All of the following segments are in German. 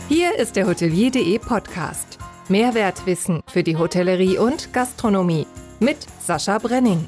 Hier ist der Hotelier.de Podcast. Mehrwertwissen für die Hotellerie und Gastronomie mit Sascha Brenning.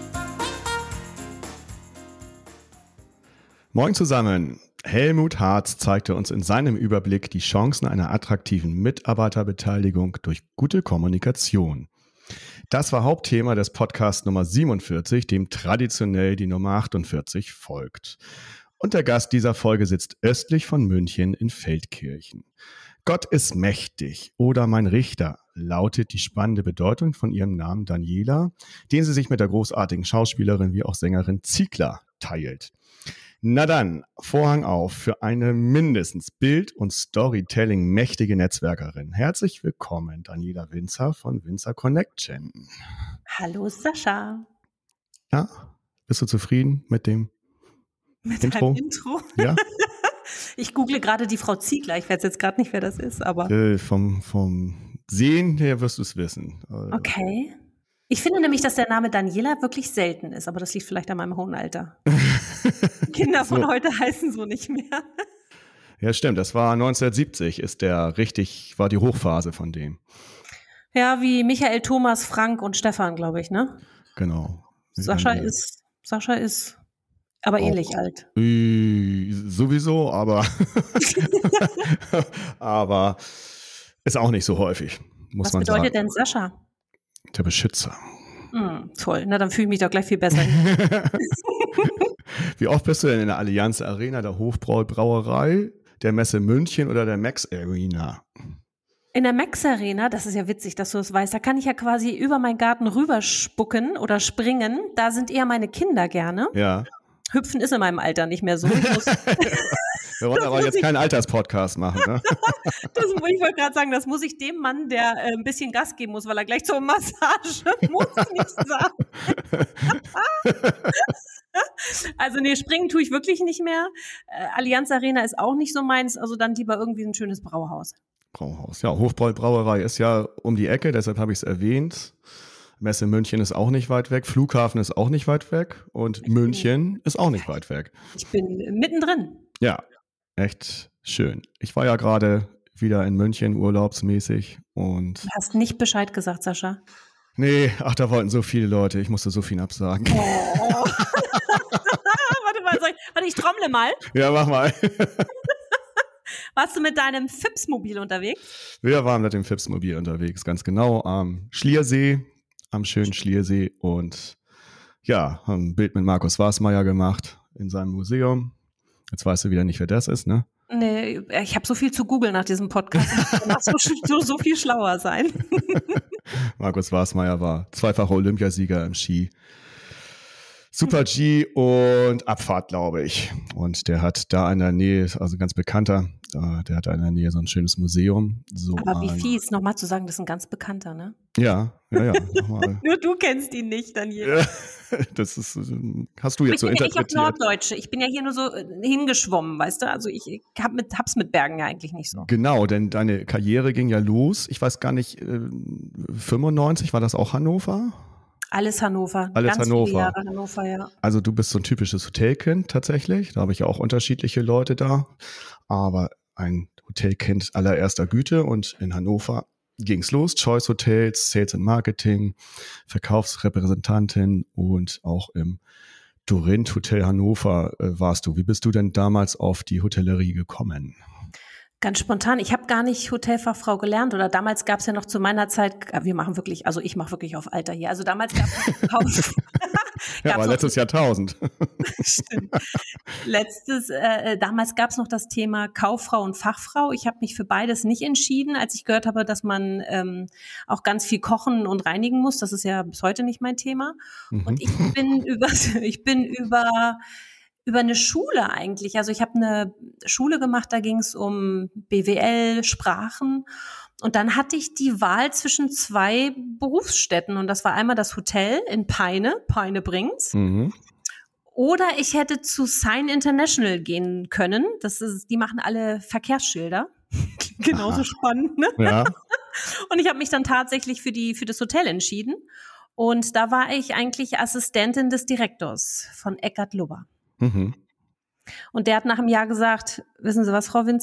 Moin zusammen. Helmut Hartz zeigte uns in seinem Überblick die Chancen einer attraktiven Mitarbeiterbeteiligung durch gute Kommunikation. Das war Hauptthema des Podcasts Nummer 47, dem traditionell die Nummer 48 folgt. Und der Gast dieser Folge sitzt östlich von München in Feldkirchen. Gott ist mächtig oder mein Richter lautet die spannende Bedeutung von ihrem Namen Daniela, den sie sich mit der großartigen Schauspielerin wie auch Sängerin Ziegler teilt. Na dann, Vorhang auf für eine mindestens Bild- und Storytelling mächtige Netzwerkerin. Herzlich willkommen, Daniela Winzer von Winzer Connection. Hallo Sascha. Ja, bist du zufrieden mit dem Intro? Deinem Intro? Ja. Ich google gerade die Frau Ziegler. Ich weiß jetzt gerade nicht, wer das ist, aber. Vom Sehen her wirst du es wissen. Okay. Ich finde nämlich, dass der Name Daniela wirklich selten ist, aber das liegt vielleicht an meinem hohen Alter. Kinder von heute heißen so nicht mehr. Ja, stimmt. Das war 1970, war die Hochphase von dem. Ja, wie Michael, Thomas, Frank und Stefan, glaube ich, ne? Genau. Sascha ist aber ähnlich alt. Sowieso, aber aber ist auch nicht so häufig, muss man sagen. Was bedeutet denn Sascha? Der Beschützer. Toll, na dann fühle ich mich doch gleich viel besser. Wie oft bist du denn in der Allianz Arena, der Hofbrauerei, der Messe München oder der Max Arena? In der Max Arena, das ist ja witzig, dass du das weißt, da kann ich ja quasi über meinen Garten rüberspucken oder springen. Da sind eher meine Kinder gerne. Ja. Hüpfen ist in meinem Alter nicht mehr so. Wir wollen aber jetzt keinen Alterspodcast machen, ne? Ich wollte gerade sagen, das muss ich dem Mann, der ein bisschen Gas geben muss, weil er gleich zur Massage muss, nicht sagen. Also nee, springen tue ich wirklich nicht mehr. Allianz Arena ist auch nicht so meins, also dann lieber irgendwie ein schönes Brauhaus. Brauhaus, ja. Hofbräuerei ist ja um die Ecke, deshalb habe ich es erwähnt. Messe München ist auch nicht weit weg, Flughafen ist auch nicht weit weg und München ist auch nicht weit weg. Ich bin mittendrin. Ja, echt schön. Ich war ja gerade wieder in München urlaubsmäßig und... Du hast nicht Bescheid gesagt, Sascha. Nee, da wollten so viele Leute, ich musste so viel absagen. Oh. Warte, ich trommle mal. Ja, mach mal. Warst du mit deinem Fips-Mobil unterwegs? Wir waren mit dem Fips-Mobil unterwegs, ganz genau, am Schliersee, am schönen Schliersee und ja, haben ein Bild mit Markus Wasmeier gemacht in seinem Museum. Jetzt weißt du wieder nicht, wer das ist, ne? Nee, ich habe so viel zu googeln nach diesem Podcast. so viel schlauer sein. Markus Wasmeier war zweifacher Olympiasieger im Ski. Super G und Abfahrt, glaube ich. Und der hat da in der Nähe, also ganz bekannter, der hat da in der Nähe so ein schönes Museum. So aber wie fies, nochmal zu sagen, das ist ein ganz bekannter, ne? Ja. Nur du kennst ihn nicht, Daniela. Das ist, hast du jetzt so interpretiert. Ich habe Norddeutsche, ich bin ja hier nur so hingeschwommen, weißt du? Also ich hab's mit Bergen ja eigentlich nicht so. Genau, denn deine Karriere ging ja los, ich weiß gar nicht, 95, war das auch Hannover? Alles Hannover. Alles ganz Hannover. Viele Jahre Hannover, ja. Also du bist so ein typisches Hotelkind tatsächlich. Da habe ich ja auch unterschiedliche Leute da. Aber ein Hotelkind allererster Güte. Und in Hannover ging's los. Choice Hotels, Sales and Marketing, Verkaufsrepräsentantin und auch im Dorint Hotel Hannover warst du. Wie bist du denn damals auf die Hotellerie gekommen? Ganz spontan. Ich habe gar nicht Hotelfachfrau gelernt oder damals gab es ja noch zu meiner Zeit, ich mache wirklich auf Alter hier. Also damals gab es ja, aber letztes Jahrtausend. Stimmt. Damals gab es noch das Thema Kauffrau und Fachfrau. Ich habe mich für beides nicht entschieden, als ich gehört habe, dass man auch ganz viel kochen und reinigen muss. Das ist ja bis heute nicht mein Thema. Und ich bin über eine Schule eigentlich. Also ich habe eine Schule gemacht, da ging es um BWL, Sprachen. Und dann hatte ich die Wahl zwischen zwei Berufsstätten. Und das war einmal das Hotel in Peine bringt's. Oder ich hätte zu Sign International gehen können. Die machen alle Verkehrsschilder. Genauso spannend, ne? Ja. Und ich habe mich dann tatsächlich für das Hotel entschieden. Und da war ich eigentlich Assistentin des Direktors von Eckart Lubber. Mhm. Und der hat nach einem Jahr gesagt, wissen Sie was, Frau Winzer,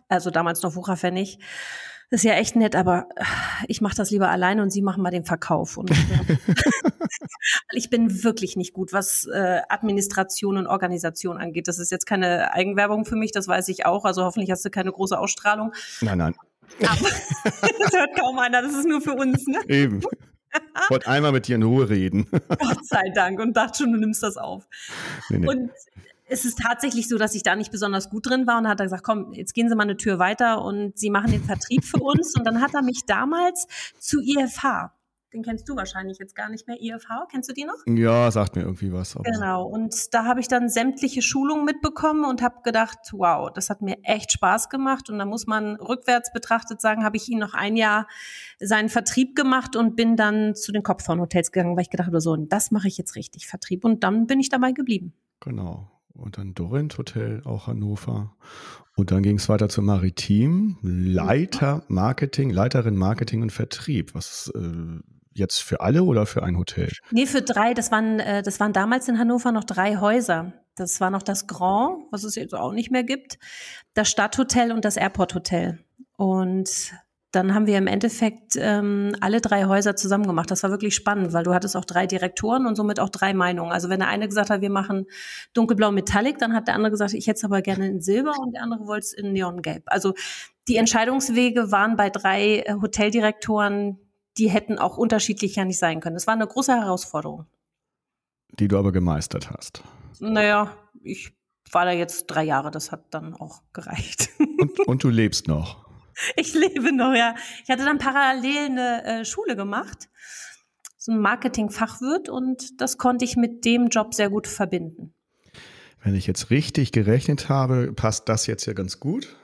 also damals noch Wucherpfennig. Das ist ja echt nett, aber ich mache das lieber alleine und Sie machen mal den Verkauf. Und ich bin wirklich nicht gut, was Administration und Organisation angeht. Das ist jetzt keine Eigenwerbung für mich, das weiß ich auch. Also hoffentlich hast du keine große Ausstrahlung. Nein. Aber das hört kaum einer, das ist nur für uns, ne? Eben. Ich wollte einmal mit dir in Ruhe reden. Gott sei Dank und dachte schon, du nimmst das auf. Nee. Und es ist tatsächlich so, dass ich da nicht besonders gut drin war und hat er gesagt, komm, jetzt gehen Sie mal eine Tür weiter und Sie machen den Vertrieb für uns. Und dann hat er mich damals zu IFH, den kennst du wahrscheinlich jetzt gar nicht mehr, IFH, kennst du die noch? Ja, sagt mir irgendwie was. Aber Genau, und da habe ich dann sämtliche Schulungen mitbekommen und habe gedacht, wow, das hat mir echt Spaß gemacht. Und da muss man rückwärts betrachtet sagen, habe ich ihn noch ein Jahr seinen Vertrieb gemacht und bin dann zu den Kopfhorn-Hotels gegangen, weil ich gedacht habe, so, das mache ich jetzt richtig, Vertrieb. Und dann bin ich dabei geblieben. Genau. Und dann Dorint Hotel, auch Hannover. Und dann ging es weiter zum Maritim, Leiterin Marketing und Vertrieb. Was jetzt für alle oder für ein Hotel? Nee, für 3. Das waren damals in Hannover noch 3 Häuser. Das war noch das Grand, was es jetzt auch nicht mehr gibt, das Stadthotel und das Airport Hotel. Und dann haben wir im Endeffekt alle 3 Häuser zusammen gemacht. Das war wirklich spannend, weil du hattest auch 3 Direktoren und somit auch 3 Meinungen. Also wenn der eine gesagt hat, wir machen dunkelblau Metallic, dann hat der andere gesagt, ich hätte es aber gerne in Silber und der andere wollte es in Neongelb. Also die Entscheidungswege waren bei 3 Hoteldirektoren, die hätten auch unterschiedlicher nicht sein können. Das war eine große Herausforderung. Die du aber gemeistert hast. Naja, ich war da jetzt 3 Jahre, das hat dann auch gereicht. Und du lebst noch. Ich lebe noch, ja. Ich hatte dann parallel eine Schule gemacht, so ein Marketing-Fachwirt, und das konnte ich mit dem Job sehr gut verbinden. Wenn ich jetzt richtig gerechnet habe, passt das jetzt ja ganz gut.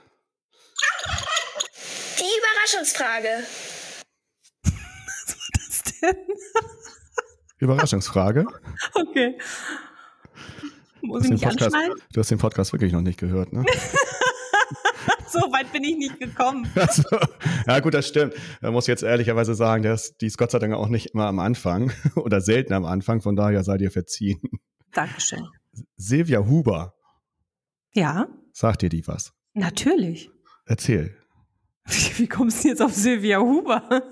Die Überraschungsfrage. Was war das denn? Überraschungsfrage. Okay. Muss ich mich anschneiden? Du hast den Podcast wirklich noch nicht gehört, ne? So weit bin ich nicht gekommen. Also, ja gut, das stimmt. Man muss jetzt ehrlicherweise sagen, die ist Gott sei Dank auch nicht immer am Anfang oder selten am Anfang, von daher sei dir verziehen. Dankeschön. Silvia Huber. Ja? Sagt dir die was? Natürlich. Erzähl. Wie kommst du jetzt auf Silvia Huber?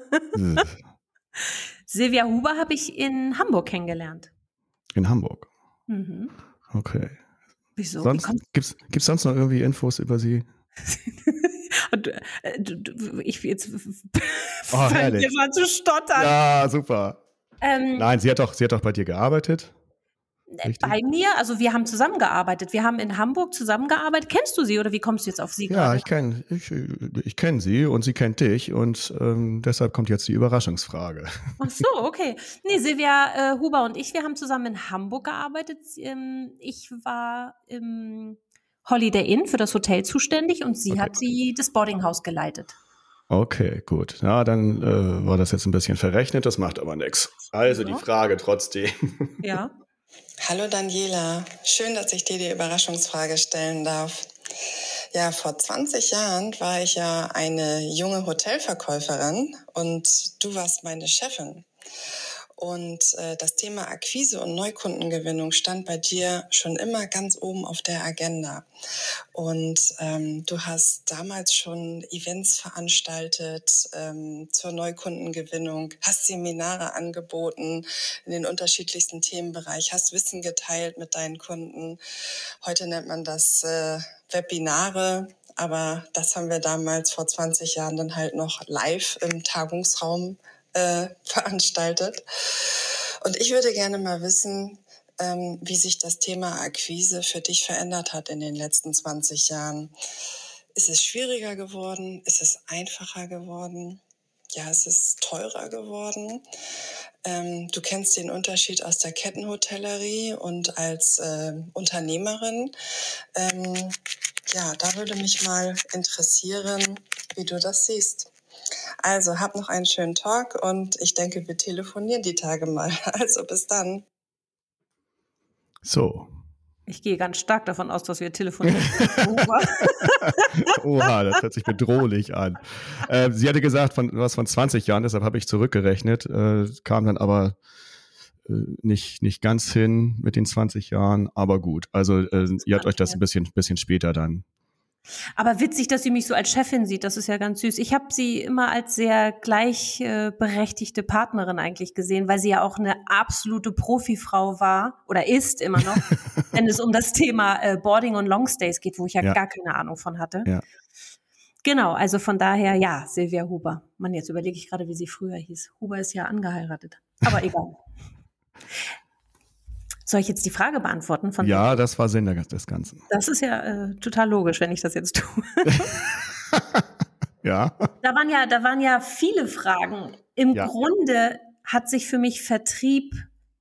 Silvia Huber habe ich in Hamburg kennengelernt. In Hamburg? Mhm. Okay. Wieso? Gibt's sonst noch irgendwie Infos über sie? Ich jetzt herrlich. jetzt mal zu stottern. Ja, super. Nein, sie hat doch bei dir gearbeitet. Richtig? Bei mir, also wir haben zusammengearbeitet. Wir haben in Hamburg zusammengearbeitet. Kennst du sie oder wie kommst du jetzt auf sie? Ja, gerade? ich kenn sie und sie kennt dich und deshalb kommt jetzt die Überraschungsfrage. Ach so, okay. Nee, Silvia Huber und ich, wir haben zusammen in Hamburg gearbeitet. Ich war im Holiday Inn für das Hotel zuständig und sie hat das Boardinghaus geleitet. Okay, gut. Ja, dann war das jetzt ein bisschen verrechnet, das macht aber nichts. Also die Frage trotzdem. Ja. Hallo Daniela, schön, dass ich dir die Überraschungsfrage stellen darf. Ja, vor 20 Jahren war ich ja eine junge Hotelverkäuferin und du warst meine Chefin. Und das Thema Akquise und Neukundengewinnung stand bei dir schon immer ganz oben auf der Agenda. Und du hast damals schon Events veranstaltet zur Neukundengewinnung, hast Seminare angeboten in den unterschiedlichsten Themenbereichen, hast Wissen geteilt mit deinen Kunden. Heute nennt man das Webinare. Aber das haben wir damals vor 20 Jahren dann halt noch live im Tagungsraum veranstaltet. Und ich würde gerne mal wissen, wie sich das Thema Akquise für dich verändert hat in den letzten 20 Jahren. Ist es schwieriger geworden? Ist es einfacher geworden? Ja, ist es teurer geworden? Du kennst den Unterschied aus der Kettenhotellerie und als Unternehmerin. Ja, da würde mich mal interessieren, wie du das siehst. Also, hab noch einen schönen Talk und ich denke, wir telefonieren die Tage mal. Also, bis dann. So. Ich gehe ganz stark davon aus, dass wir telefonieren. Oha, das hört sich bedrohlich an. Sie hatte gesagt, was von 20 Jahren, deshalb habe ich zurückgerechnet, kam dann aber nicht ganz hin mit den 20 Jahren, aber gut. Also ihr habt euch das ein bisschen später dann Aber witzig, dass sie mich so als Chefin sieht. Das ist ja ganz süß. Ich habe sie immer als sehr gleichberechtigte Partnerin eigentlich gesehen, weil sie ja auch eine absolute Profifrau war oder ist immer noch, wenn es um das Thema Boarding und Longstays geht, wo ich ja gar keine Ahnung von hatte. Ja. Genau, also von daher, ja, Silvia Huber. Mann, jetzt überlege ich gerade, wie sie früher hieß. Huber ist ja angeheiratet. Aber egal. Soll ich jetzt die Frage beantworten? Ja, das war Sinn des Ganzen. Das ist ja total logisch, wenn ich das jetzt tue. Ja. Da waren ja viele Fragen. Im Grunde hat sich für mich Vertrieb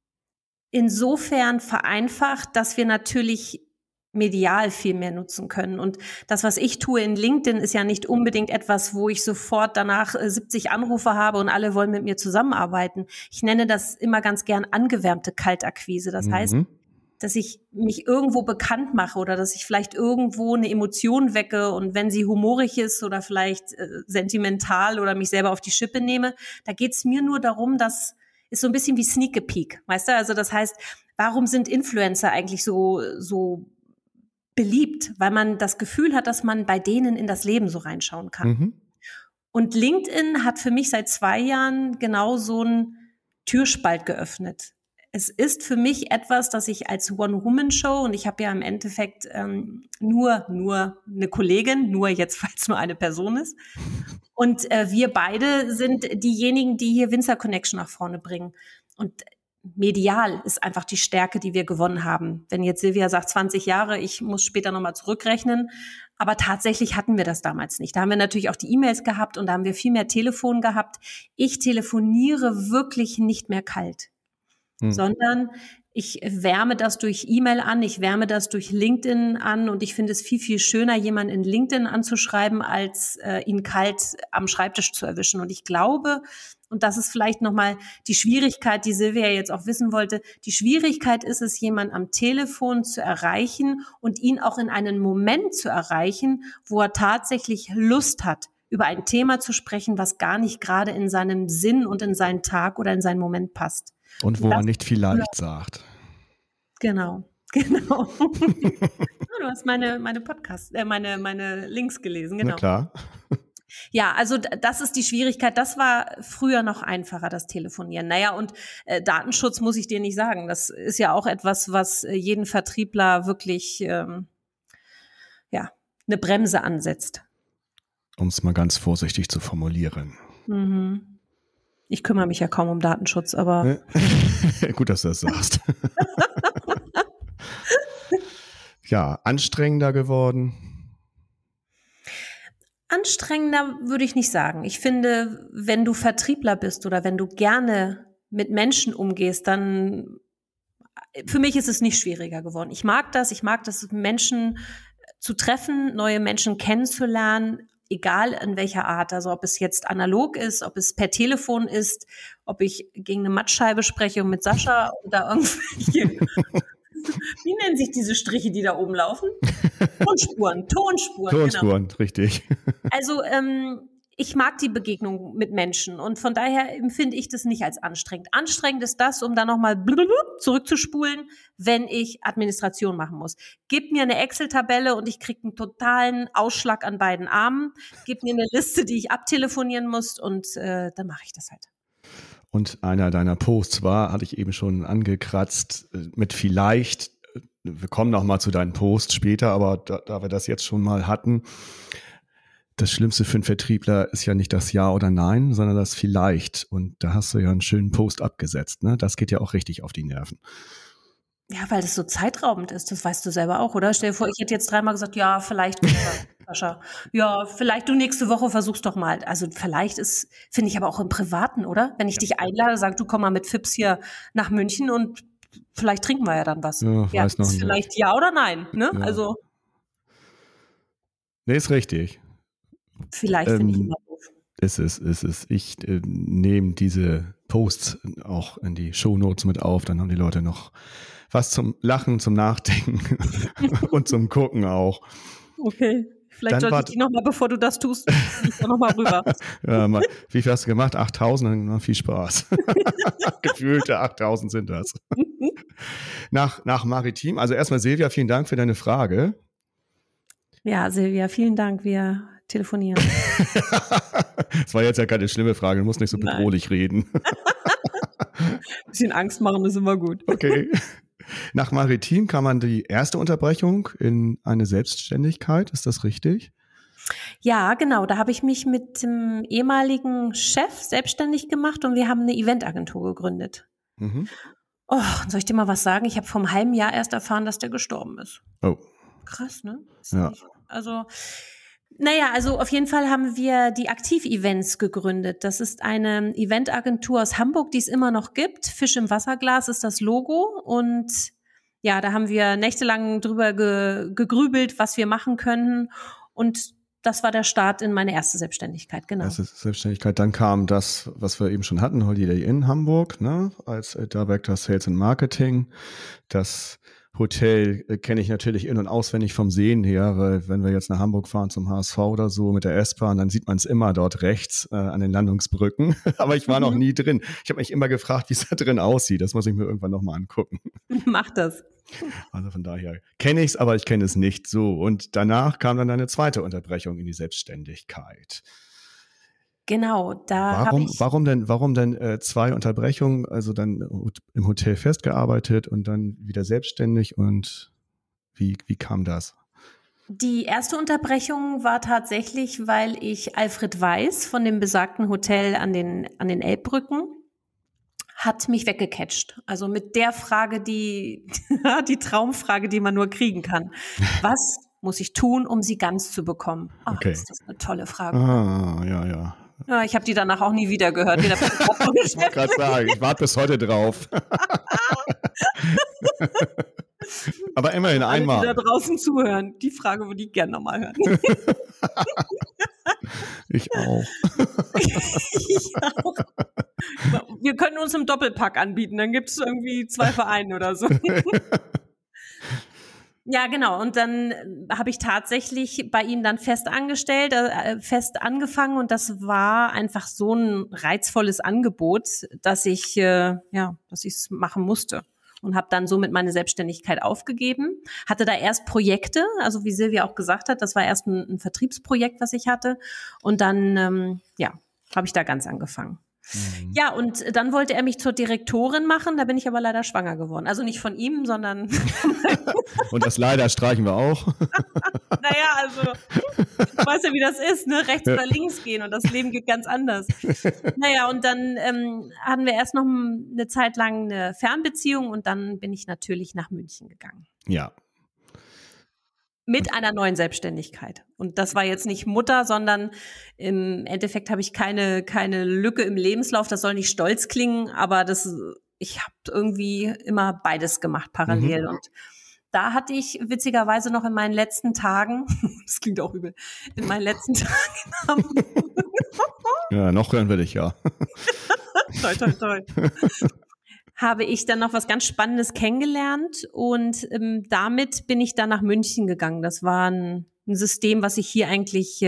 insofern vereinfacht, dass wir natürlich medial viel mehr nutzen können. Und das, was ich tue in LinkedIn, ist ja nicht unbedingt etwas, wo ich sofort danach 70 Anrufe habe und alle wollen mit mir zusammenarbeiten. Ich nenne das immer ganz gern angewärmte Kaltakquise. Das heißt, dass ich mich irgendwo bekannt mache oder dass ich vielleicht irgendwo eine Emotion wecke und wenn sie humorig ist oder vielleicht sentimental oder mich selber auf die Schippe nehme, da geht's mir nur darum, dass ist so ein bisschen wie Sneak Peek, weißt du? Also das heißt, warum sind Influencer eigentlich so beliebt? Weil man das Gefühl hat, dass man bei denen in das Leben so reinschauen kann. Und LinkedIn hat für mich seit 2 Jahren genau so einen Türspalt geöffnet. Es ist für mich etwas, das ich als One-Woman-Show, und ich habe ja im Endeffekt nur eine Kollegin, nur jetzt, weil es nur eine Person ist. Und wir beide sind diejenigen, die hier Winzer Connection nach vorne bringen. Und medial ist einfach die Stärke, die wir gewonnen haben. Wenn jetzt Silvia sagt 20 Jahre, ich muss später nochmal zurückrechnen. Aber tatsächlich hatten wir das damals nicht. Da haben wir natürlich auch die E-Mails gehabt und da haben wir viel mehr Telefon gehabt. Ich telefoniere wirklich nicht mehr kalt, sondern ich wärme das durch E-Mail an, ich wärme das durch LinkedIn an und ich finde es viel, viel schöner, jemanden in LinkedIn anzuschreiben, als ihn kalt am Schreibtisch zu erwischen. Und ich glaube, und das ist vielleicht nochmal die Schwierigkeit, die Silvia jetzt auch wissen wollte, die Schwierigkeit ist es, jemanden am Telefon zu erreichen und ihn auch in einen Moment zu erreichen, wo er tatsächlich Lust hat, über ein Thema zu sprechen, was gar nicht gerade in seinem Sinn und in seinen Tag oder in seinen Moment passt. Und wo man nicht vielleicht sagt. Genau. Du hast meine Podcasts, meine Links gelesen, genau. Na klar. Ja, also das ist die Schwierigkeit. Das war früher noch einfacher, das Telefonieren. Naja, und Datenschutz muss ich dir nicht sagen. Das ist ja auch etwas, was jeden Vertriebler wirklich eine Bremse ansetzt. Um es mal ganz vorsichtig zu formulieren. Ich kümmere mich ja kaum um Datenschutz, aber gut, dass du das sagst. Ja, anstrengender geworden. Anstrengender würde ich nicht sagen. Ich finde, wenn du Vertriebler bist oder wenn du gerne mit Menschen umgehst, dann für mich ist es nicht schwieriger geworden. Ich mag das, Menschen zu treffen, neue Menschen kennenzulernen, egal in welcher Art. Also ob es jetzt analog ist, ob es per Telefon ist, ob ich gegen eine Mattscheibe spreche und mit Sascha oder irgendwelche wie nennen sich diese Striche, die da oben laufen? Tonspuren, genau. Richtig. Also ich mag die Begegnung mit Menschen und von daher empfinde ich das nicht als anstrengend. Anstrengend ist das, um dann nochmal zurückzuspulen, wenn ich Administration machen muss. Gib mir eine Excel-Tabelle und ich kriege einen totalen Ausschlag an beiden Armen. Gib mir eine Liste, die ich abtelefonieren muss und dann mache ich das halt. Und einer deiner Posts hatte ich eben schon angekratzt, mit vielleicht, wir kommen noch mal zu deinen Posts später, aber da wir das jetzt schon mal hatten, das Schlimmste für einen Vertriebler ist ja nicht das Ja oder Nein, sondern das Vielleicht. Und da hast du ja einen schönen Post abgesetzt, ne? Das geht ja auch richtig auf die Nerven. Ja, weil das so zeitraubend ist, das weißt du selber auch, oder? Stell dir vor, ich hätte jetzt 3-mal gesagt, ja, vielleicht, Sascha. Ja, vielleicht du nächste Woche versuchst doch mal. Also vielleicht finde ich aber auch im Privaten, oder? Wenn ich dich einlade, sag du, komm mal mit Fips hier nach München und vielleicht trinken wir ja dann was. Ja, weiß noch nicht. Vielleicht ja oder nein, ne? Ja. Also. Nee, ist richtig. Vielleicht finde ich immer doof. Ist es. Ich nehme diese Posts auch in die Shownotes mit auf, dann haben die Leute noch was zum Lachen, zum Nachdenken und zum Gucken auch. Okay, vielleicht sollte ich die nochmal, bevor du das tust, nochmal rüber. Ja, wie viel hast du gemacht? 8.000? Dann viel Spaß. Gefühlte 8.000 sind das. Nach Maritim, also erstmal Silvia, vielen Dank für deine Frage. Ja, Silvia, vielen Dank. Wir telefonieren. Das war jetzt ja keine schlimme Frage, du musst nicht so bedrohlich reden. Ein bisschen Angst machen ist immer gut. Okay. Nach Maritim kam man die erste Unterbrechung in eine Selbstständigkeit, ist das richtig? Ja, genau. Da habe ich mich mit dem ehemaligen Chef selbstständig gemacht und wir haben eine Eventagentur gegründet. Mhm. Oh, soll ich dir mal was sagen? Ich habe vor einem halben Jahr erst erfahren, dass der gestorben ist. Oh. Krass, ne? Ja. Also auf jeden Fall haben wir die Aktiv-Events gegründet. Das ist eine Eventagentur aus Hamburg, die es immer noch gibt. Fisch im Wasserglas ist das Logo. Und ja, da haben wir nächtelang drüber gegrübelt, was wir machen können. Und das war der Start in meine erste Selbstständigkeit, genau. Erste Selbstständigkeit. Dann kam das, was wir eben schon hatten, Holiday Inn Hamburg, ne, als Director Sales and Marketing. Das Hotel kenne ich natürlich in- und auswendig vom Sehen her, weil wenn wir jetzt nach Hamburg fahren zum HSV oder so mit der S-Bahn, dann sieht man es immer dort rechts an den Landungsbrücken. Aber ich war noch nie drin. Ich habe mich immer gefragt, wie es da drin aussieht. Das muss ich mir irgendwann nochmal angucken. Mach das. Also von daher kenne ich es, aber ich kenne es nicht so. Und danach kam dann eine zweite Unterbrechung in die Selbstständigkeit. Genau, da habe ich... Warum denn 2 Unterbrechungen, also dann im Hotel festgearbeitet und dann wieder selbstständig und wie kam das? Die erste Unterbrechung war tatsächlich, weil ich Alfred Weiß von dem besagten Hotel an den Elbbrücken hat mich weggecatcht. Also mit der Frage, die Traumfrage, die man nur kriegen kann. Was muss ich tun, um sie ganz zu bekommen? Ach, okay. Ist das eine tolle Frage. Ah, ja. Ja, ich habe die danach auch nie wieder gehört. Ich wollte gerade sagen, ich warte bis heute drauf. Aber immerhin alle, einmal. Die da draußen zuhören, die Frage würde ich gerne nochmal hören. Ich auch. Ich auch. Wir können uns im Doppelpack anbieten, dann gibt es irgendwie 2 Vereine oder so. Ja, genau. Und dann habe ich tatsächlich bei ihm dann fest angefangen und das war einfach so ein reizvolles Angebot, dass ich es machen musste und habe dann somit meine Selbstständigkeit aufgegeben. Hatte da erst Projekte, also wie Silvia auch gesagt hat, das war erst ein Vertriebsprojekt, was ich hatte und dann habe ich da ganz angefangen. Mhm. Ja, und dann wollte er mich zur Direktorin machen, da bin ich aber leider schwanger geworden. Also nicht von ihm, sondern... Und das leider streichen wir auch. Naja, also, du weißt ja, wie das ist, ne? Rechts oder links gehen und das Leben geht ganz anders. Naja, und dann hatten wir erst noch eine Zeit lang eine Fernbeziehung und dann bin ich natürlich nach München gegangen. Ja. Mit einer neuen Selbstständigkeit. Und das war jetzt nicht Mutter, sondern im Endeffekt habe ich keine Lücke im Lebenslauf. Das soll nicht stolz klingen, aber ich habe irgendwie immer beides gemacht parallel. Mhm. Und da hatte ich witzigerweise noch in meinen letzten Tagen, das klingt auch übel, in meinen letzten Tagen in Hamburg. Ja, noch hören wir dich, ja. Toi. Habe ich dann noch was ganz Spannendes kennengelernt und damit bin ich dann nach München gegangen. Das war ein System, was ich hier eigentlich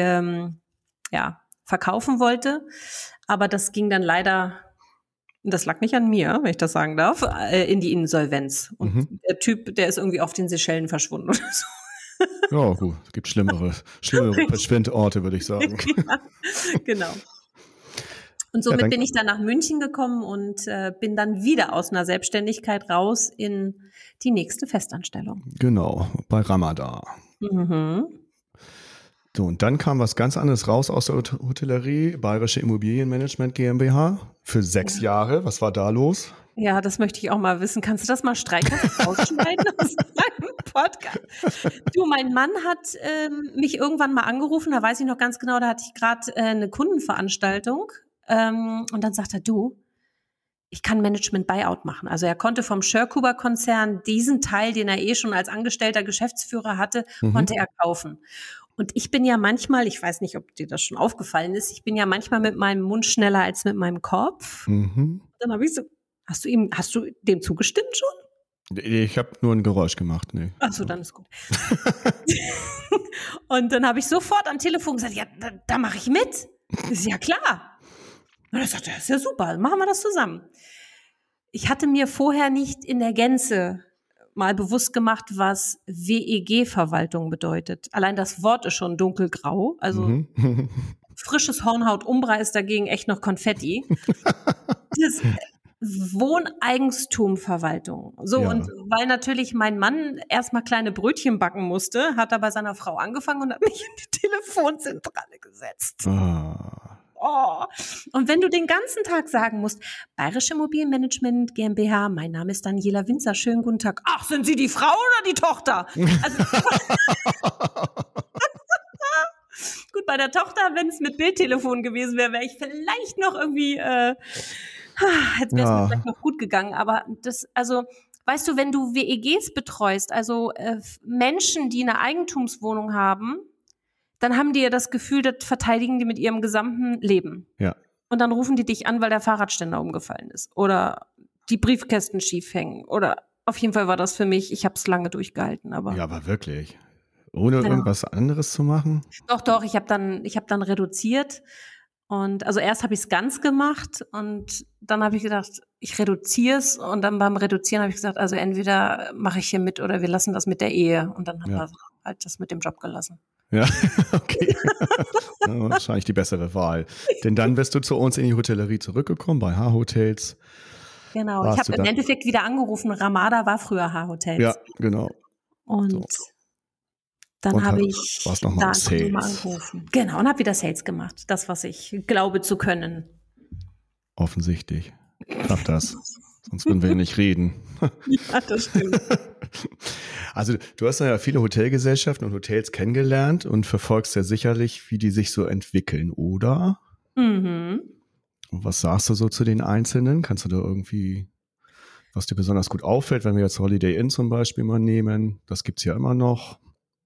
verkaufen wollte, aber das ging dann leider, das lag nicht an mir, wenn ich das sagen darf, in die Insolvenz. Und der Typ, der ist irgendwie auf den Seychellen verschwunden oder so. Ja, gut, es gibt schlimmere Verschwindorte, würde ich sagen. Ja, genau. Und somit bin ich dann nach München gekommen und bin dann wieder aus einer Selbstständigkeit raus in die nächste Festanstellung. Genau, bei Ramada. Mhm. So, und dann kam was ganz anderes raus aus der Hotellerie, Bayerische Immobilienmanagement GmbH, für 6 Jahre. Was war da los? Ja, das möchte ich auch mal wissen. Kannst du das mal streichen, ausschneiden aus deinem Podcast? Du, mein Mann hat mich irgendwann mal angerufen, da weiß ich noch ganz genau, da hatte ich gerade eine Kundenveranstaltung. Und dann sagt er, du, ich kann Management-Buyout machen. Also er konnte vom Schörkuber-Konzern diesen Teil, den er schon als angestellter Geschäftsführer hatte, konnte er kaufen. Und ich bin ja manchmal, ich weiß nicht, ob dir das schon aufgefallen ist, ich bin ja manchmal mit meinem Mund schneller als mit meinem Kopf. Mhm. Dann habe ich so, hast du dem zugestimmt schon? Ich habe nur ein Geräusch gemacht. Nee. Ach so, dann ist gut. Und dann habe ich sofort am Telefon gesagt, ja, da mache ich mit. Ist ja klar. Und er sagte, das ist ja super, machen wir das zusammen. Ich hatte mir vorher nicht in der Gänze mal bewusst gemacht, was WEG-Verwaltung bedeutet. Allein das Wort ist schon dunkelgrau. Also frisches Hornhaut-Umbra ist dagegen echt noch Konfetti. Das Wohneigentumverwaltung. So, Ja. und weil natürlich mein Mann erstmal kleine Brötchen backen musste, hat er bei seiner Frau angefangen und hat mich in die Telefonzentrale gesetzt. Oh. Und wenn du den ganzen Tag sagen musst, Bayerische Immobilienmanagement GmbH, mein Name ist Daniela Winzer, schönen guten Tag. Ach, sind Sie die Frau oder die Tochter? Also, gut, bei der Tochter, wenn es mit Bildtelefon gewesen wäre, wäre ich vielleicht noch irgendwie, jetzt wäre es mir vielleicht noch gut gegangen. Aber das, also, weißt du, wenn du WEGs betreust, also Menschen, die eine Eigentumswohnung haben, dann haben die ja das Gefühl, das verteidigen die mit ihrem gesamten Leben. Ja. Und dann rufen die dich an, weil der Fahrradständer umgefallen ist. Oder die Briefkästen schief hängen. Oder auf jeden Fall war das für mich, ich habe es lange durchgehalten. Aber Ja, aber wirklich. Ohne irgendwas anderes zu machen? Doch, ich hab dann reduziert. Und also erst habe ich es ganz gemacht und dann habe ich gedacht, ich reduziere es. Und dann beim Reduzieren habe ich gesagt, also entweder mache ich hier mit oder wir lassen das mit der Ehe. Und dann haben wir halt das mit dem Job gelassen. Ja, okay. Ja, wahrscheinlich die bessere Wahl. Denn dann bist du zu uns in die Hotellerie zurückgekommen, bei H-Hotels. Genau, ich habe im Endeffekt wieder angerufen, Ramada war früher H-Hotels. Ja, genau. Und dann habe ich da nochmal angerufen. Genau, und habe wieder Sales gemacht. Das, was ich glaube zu können. Offensichtlich. Klappt das. Sonst würden wir ja nicht reden. Ja, das stimmt. Also du hast ja viele Hotelgesellschaften und Hotels kennengelernt und verfolgst ja sicherlich, wie die sich so entwickeln, oder? Mhm. Und was sagst du so zu den Einzelnen? Kannst du da irgendwie, was dir besonders gut auffällt, wenn wir jetzt Holiday Inn zum Beispiel mal nehmen? Das gibt's ja immer noch.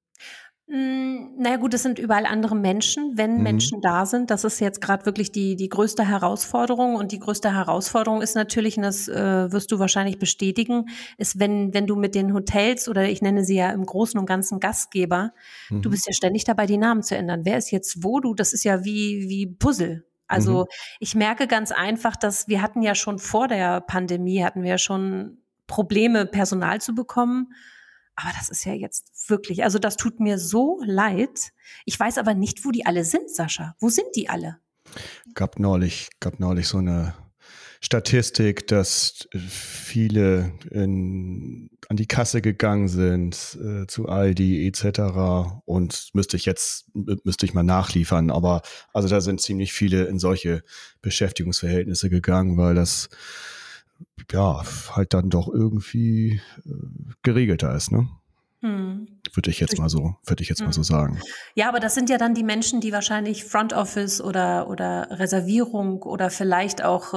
Naja gut, es sind überall andere Menschen, wenn Menschen da sind. Das ist jetzt gerade wirklich die größte Herausforderung. Und die größte Herausforderung ist natürlich, und das wirst du wahrscheinlich bestätigen, ist, wenn du mit den Hotels oder ich nenne sie ja im Großen und Ganzen Gastgeber, du bist ja ständig dabei, die Namen zu ändern. Wer ist jetzt wo? Das ist ja wie Puzzle. Also ich merke ganz einfach, dass wir hatten ja schon vor der Pandemie, hatten wir ja schon Probleme, Personal zu bekommen. Aber das ist ja jetzt wirklich, also das tut mir so leid. Ich weiß aber nicht, wo die alle sind, Sascha. Wo sind die alle? Gab neulich so eine Statistik, dass viele an die Kasse gegangen sind, zu Aldi etc. Und müsste ich mal nachliefern. Aber also da sind ziemlich viele in solche Beschäftigungsverhältnisse gegangen, weil das halt dann doch irgendwie geregelter ist, ne? Würde ich jetzt mal so sagen. Ja, aber das sind ja dann die Menschen, die wahrscheinlich Front Office oder Reservierung oder vielleicht auch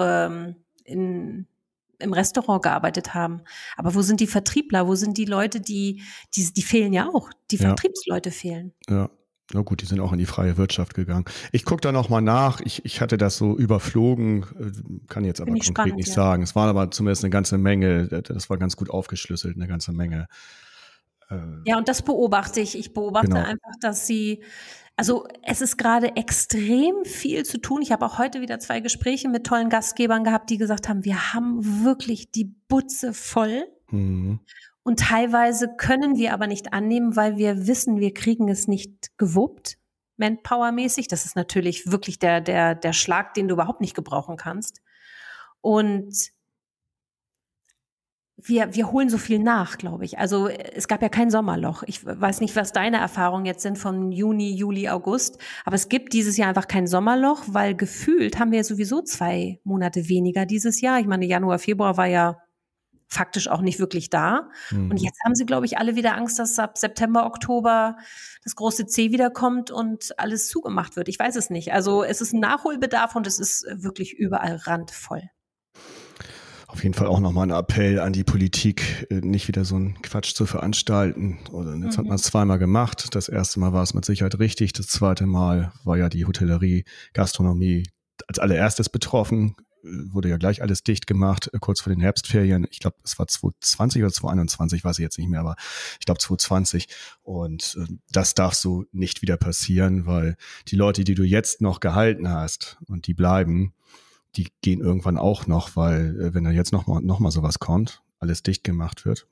im Restaurant gearbeitet haben. Aber wo sind die Vertriebler? Wo sind die Leute, die fehlen ja auch. Die Vertriebsleute fehlen. Ja. Na gut, die sind auch in die freie Wirtschaft gegangen. Ich gucke da noch mal nach. Ich hatte das so überflogen, kann jetzt aber konkret nicht sagen. Es war aber zumindest eine ganze Menge. Das war ganz gut aufgeschlüsselt, eine ganze Menge. Ja, und das beobachte ich. Ich beobachte einfach, dass also es ist gerade extrem viel zu tun. Ich habe auch heute wieder 2 Gespräche mit tollen Gastgebern gehabt, die gesagt haben, wir haben wirklich die Butze voll. Und teilweise können wir aber nicht annehmen, weil wir wissen, wir kriegen es nicht gewuppt, manpowermäßig. Das ist natürlich wirklich der Schlag, den du überhaupt nicht gebrauchen kannst. Und wir holen so viel nach, glaube ich. Also es gab ja kein Sommerloch. Ich weiß nicht, was deine Erfahrungen jetzt sind von Juni, Juli, August. Aber es gibt dieses Jahr einfach kein Sommerloch, weil gefühlt haben wir sowieso 2 Monate weniger dieses Jahr. Ich meine, Januar, Februar war ja faktisch auch nicht wirklich da. Und jetzt haben sie, glaube ich, alle wieder Angst, dass ab September, Oktober das große C wiederkommt und alles zugemacht wird. Ich weiß es nicht. Also es ist ein Nachholbedarf und es ist wirklich überall randvoll. Auf jeden Fall auch nochmal ein Appell an die Politik, nicht wieder so einen Quatsch zu veranstalten. Oder jetzt hat man es zweimal gemacht. Das erste Mal war es mit Sicherheit richtig. Das zweite Mal war ja die Hotellerie, Gastronomie als allererstes betroffen. Wurde ja gleich alles dicht gemacht, kurz vor den Herbstferien. Ich glaube, es war 2020 oder 2021, weiß ich jetzt nicht mehr, aber ich glaube 2020. Und das darf so nicht wieder passieren, weil die Leute, die du jetzt noch gehalten hast und die bleiben, die gehen irgendwann auch noch, weil wenn da jetzt noch mal sowas kommt, alles dicht gemacht wird,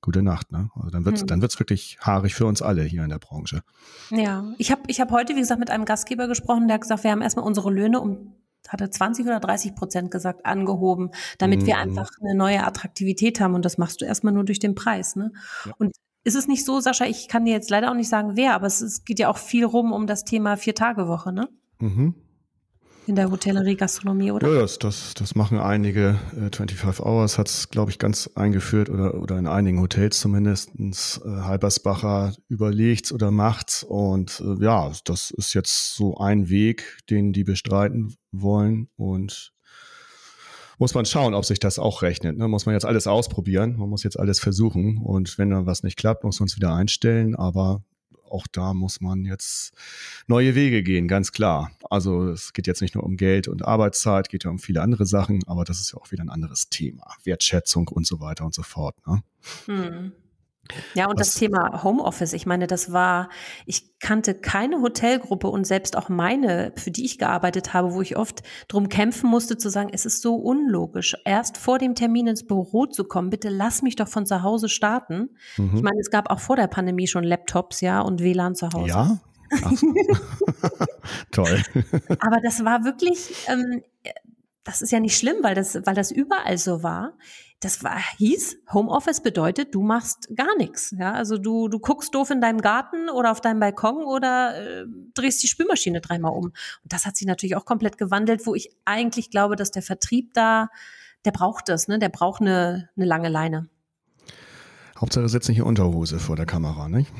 gute Nacht. Ne? Also dann wird's wirklich haarig für uns alle hier in der Branche. Ja, ich hab heute, wie gesagt, mit einem Gastgeber gesprochen, der hat gesagt, wir haben erstmal unsere Löhne hat er 20 oder 30% gesagt, angehoben, damit wir einfach eine neue Attraktivität haben. Und das machst du erstmal nur durch den Preis. Ne? Ja. Und ist es nicht so, Sascha, ich kann dir jetzt leider auch nicht sagen, wer, aber es geht ja auch viel rum um das Thema 4-Tage-Woche, ne? Mhm. In der Hotellerie, Gastronomie, oder? Ja, das machen einige. 25 Hours hat es, glaube ich, ganz eingeführt oder in einigen Hotels zumindest. Halbersbacher überlegt's oder macht's. Und das ist jetzt so ein Weg, den die bestreiten wollen. Und muss man schauen, ob sich das auch rechnet. Ne? Muss man jetzt alles ausprobieren. Man muss jetzt alles versuchen. Und wenn dann was nicht klappt, muss man es wieder einstellen. Aber auch da muss man jetzt neue Wege gehen, ganz klar. Also es geht jetzt nicht nur um Geld und Arbeitszeit, geht ja um viele andere Sachen, aber das ist ja auch wieder ein anderes Thema. Wertschätzung und so weiter und so fort. Ne? Ja, und das Thema Homeoffice, ich meine, ich kannte keine Hotelgruppe und selbst auch meine, für die ich gearbeitet habe, wo ich oft drum kämpfen musste, zu sagen, es ist so unlogisch, erst vor dem Termin ins Büro zu kommen, bitte lass mich doch von zu Hause starten. Ich meine, es gab auch vor der Pandemie schon Laptops, ja, und WLAN zu Hause. Ja? Ach so. Toll. Aber das war wirklich, das ist ja nicht schlimm, weil das überall so war. Hieß, Homeoffice bedeutet, du machst gar nichts. Ja? Also du guckst doof in deinem Garten oder auf deinem Balkon oder drehst die Spülmaschine 3-mal um. Und das hat sich natürlich auch komplett gewandelt, wo ich eigentlich glaube, dass der Vertrieb der braucht das, ne? Der braucht eine lange Leine. Hauptsache sitzt nicht in Unterhose vor der Kamera, nicht?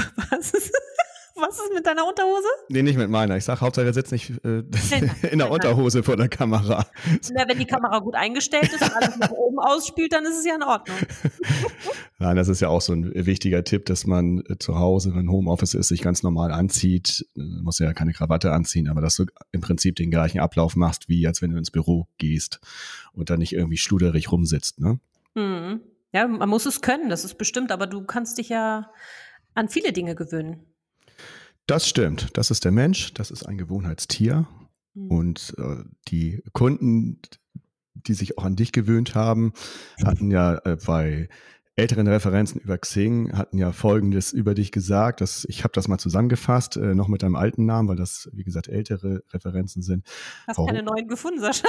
Was ist mit deiner Unterhose? Nee, nicht mit meiner. Ich sage, Hauptsache sitzt nicht in der Unterhose vor der Kamera. Na, wenn die Kamera gut eingestellt ist und alles nach oben ausspült, dann ist es ja in Ordnung. Nein, das ist ja auch so ein wichtiger Tipp, dass man zu Hause, wenn Homeoffice ist, sich ganz normal anzieht. Du musst ja keine Krawatte anziehen, aber dass du im Prinzip den gleichen Ablauf machst, wie als wenn du ins Büro gehst und dann nicht irgendwie schluderig rumsitzt. Ne? Ja, man muss es können, das ist bestimmt, aber du kannst dich ja an viele Dinge gewöhnen. Das stimmt. Das ist der Mensch. Das ist ein Gewohnheitstier. Und die Kunden, die sich auch an dich gewöhnt haben, hatten ja bei älteren Referenzen über Xing, hatten ja Folgendes über dich gesagt. Ich habe das mal zusammengefasst, noch mit deinem alten Namen, weil das, wie gesagt, ältere Referenzen sind. Hast keine neuen gefunden, Sascha?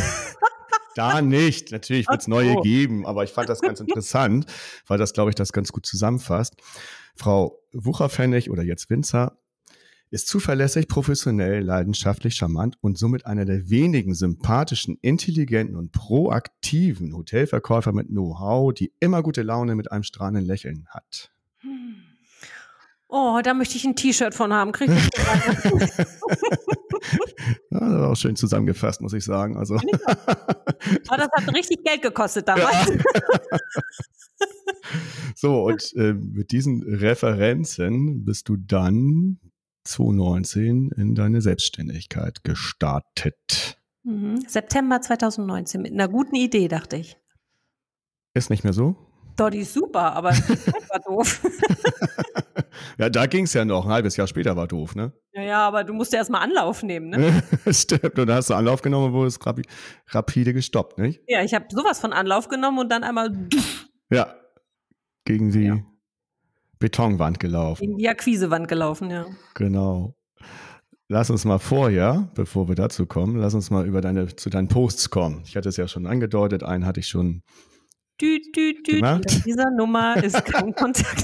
Da nicht. Natürlich wird es neue geben, aber ich fand das ganz interessant, weil das, glaube ich, das ganz gut zusammenfasst. Frau Wucherpfennig oder jetzt Winzer ist zuverlässig, professionell, leidenschaftlich, charmant und somit einer der wenigen sympathischen, intelligenten und proaktiven Hotelverkäufer mit Know-how, die immer gute Laune mit einem strahlenden Lächeln hat. Oh, da möchte ich ein T-Shirt von haben. Krieg ich das? Ja, das war auch schön zusammengefasst, muss ich sagen. Also. Aber das hat richtig Geld gekostet damals. Ja. So, und mit diesen Referenzen bist du dann 2019 in deine Selbstständigkeit gestartet. September 2019 mit einer guten Idee, dachte ich. Ist nicht mehr so? Doch, die ist super, aber die Zeit war doof. Ja, da ging es ja noch. Ein halbes Jahr später war doof, ne? Ja, aber du musst ja erstmal Anlauf nehmen, ne? Stimmt, und da hast du Anlauf genommen und wurdest rapide gestoppt, nicht? Ja, ich habe sowas von Anlauf genommen und dann einmal ja, gegen die Betonwand gelaufen. Gegen die Akquisewand gelaufen, ja. Genau. Lass uns mal vorher, bevor wir dazu kommen, lass uns mal zu deinen Posts kommen. Ich hatte es ja schon angedeutet, einen hatte ich schon gemacht. Mit dieser Nummer ist kein Kontakt.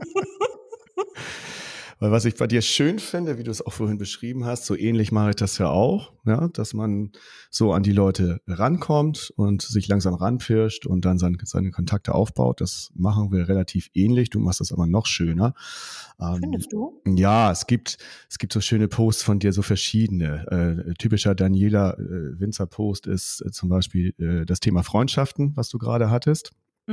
Weil was ich bei dir schön finde, wie du es auch vorhin beschrieben hast, so ähnlich mache ich das ja auch, ja, dass man so an die Leute rankommt und sich langsam ranpirscht und dann seine Kontakte aufbaut. Das machen wir relativ ähnlich. Du machst das aber noch schöner. Findest du? Ja, es gibt so schöne Posts von dir, so verschiedene. Typischer Daniela Winzer Post ist zum Beispiel das Thema Freundschaften, was du gerade hattest.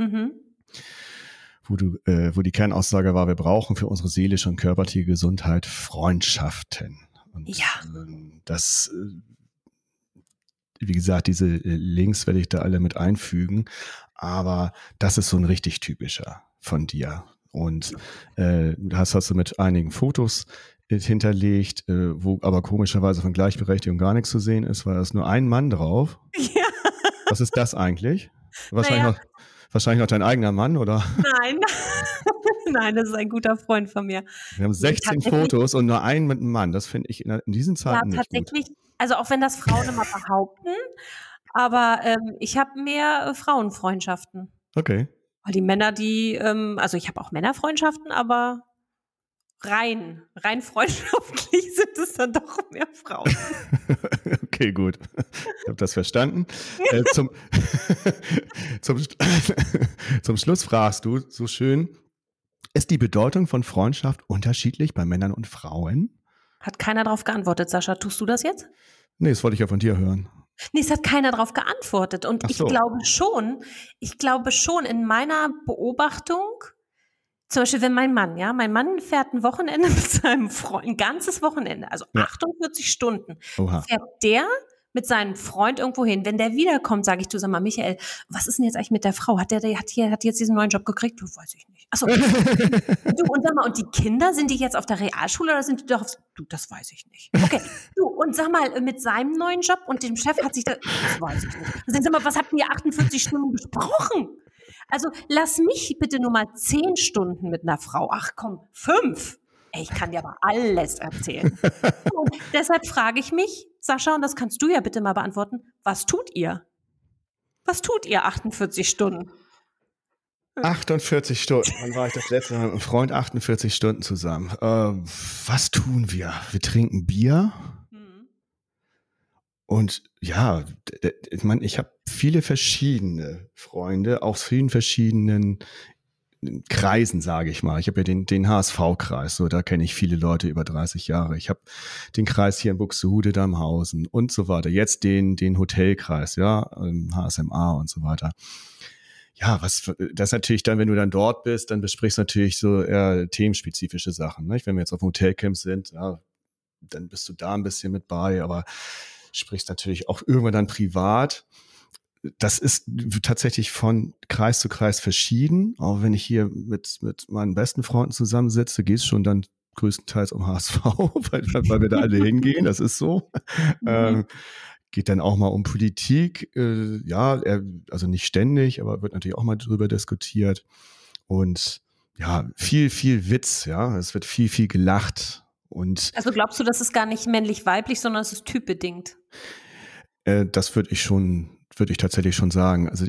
Wo die Kernaussage war, wir brauchen für unsere seelische und körperliche Gesundheit Freundschaften. Und das, wie gesagt, diese Links werde ich da alle mit einfügen, aber das ist so ein richtig typischer von dir. Und das hast du mit einigen Fotos hinterlegt, wo aber komischerweise von Gleichberechtigung gar nichts zu wahrscheinlich noch dein eigener Mann, oder? Nein, nein, das ist ein guter Freund von mir. Wir haben 16 Fotos und nur einen mit einem Mann. Das finde ich in diesen Zeiten nicht tatsächlich, gut. also auch wenn das Frauen immer behaupten, aber ich habe mehr Frauenfreundschaften. Okay. Weil die Männer, also ich habe auch Männerfreundschaften, aber rein freundschaftlich sind es dann doch mehr Frauen. Okay, gut. Ich habe das verstanden. Zum Schluss fragst du so schön, ist die Bedeutung von Freundschaft unterschiedlich bei Männern und Frauen? Hat keiner darauf geantwortet, Sascha. Tust du das jetzt? Nee, das wollte ich ja von dir hören. Nee, es hat keiner darauf geantwortet. Und ich glaube schon in meiner Beobachtung, zum Beispiel, wenn mein Mann fährt ein Wochenende mit seinem Freund, ein ganzes Wochenende, also 48 Stunden, fährt der mit seinem Freund irgendwo hin. Wenn der wiederkommt, sage ich zu, sag mal, Michael, was ist denn jetzt eigentlich mit der Frau? Hat jetzt diesen neuen Job gekriegt? Du, weiß ich nicht. Achso. Du, und sag mal, und die Kinder, sind die jetzt auf der Realschule oder sind die doch du, das weiß ich nicht. Okay. Du, und sag mal, mit seinem neuen Job und dem Chef hat sich das weiß ich nicht. Dann sag mal, was habt ihr 48 Stunden besprochen? Also, lass mich bitte nur mal 10 Stunden mit einer Frau. Ach komm, 5. Ey, ich kann dir aber alles erzählen. Und deshalb frage ich mich, Sascha, und das kannst du ja bitte mal beantworten, was tut ihr? Was tut ihr 48 Stunden? 48 Stunden. Wann war ich das letzte Mal mit einem Freund 48 Stunden zusammen? Was tun wir? Wir trinken Bier. Und ja, ich meine, ich habe viele verschiedene Freunde, aus vielen verschiedenen Kreisen, sage ich mal. Ich habe ja den HSV-Kreis, so da kenne ich viele Leute über 30 Jahre. Ich habe den Kreis hier in Buxtehude, Damhausen und so weiter. Jetzt den Hotelkreis, ja, HSMA und so weiter. Ja, das natürlich dann, wenn du dann dort bist, dann besprichst du natürlich so eher themenspezifische Sachen. Ne? Wenn wir jetzt auf dem Hotelcamp sind, ja, dann bist du da ein bisschen mit bei, aber sprichst natürlich auch irgendwann dann privat. Das ist tatsächlich von Kreis zu Kreis verschieden. Auch wenn ich hier mit meinen besten Freunden zusammensitze, geht es schon dann größtenteils um HSV, weil wir da alle hingehen. Das ist so. Geht dann auch mal um Politik. Also nicht ständig, aber wird natürlich auch mal drüber diskutiert. Und ja, viel, viel Witz. Ja, es wird viel, viel gelacht. Und also glaubst du, das ist gar nicht männlich-weiblich, sondern es ist typbedingt? Das würde ich tatsächlich schon sagen. Also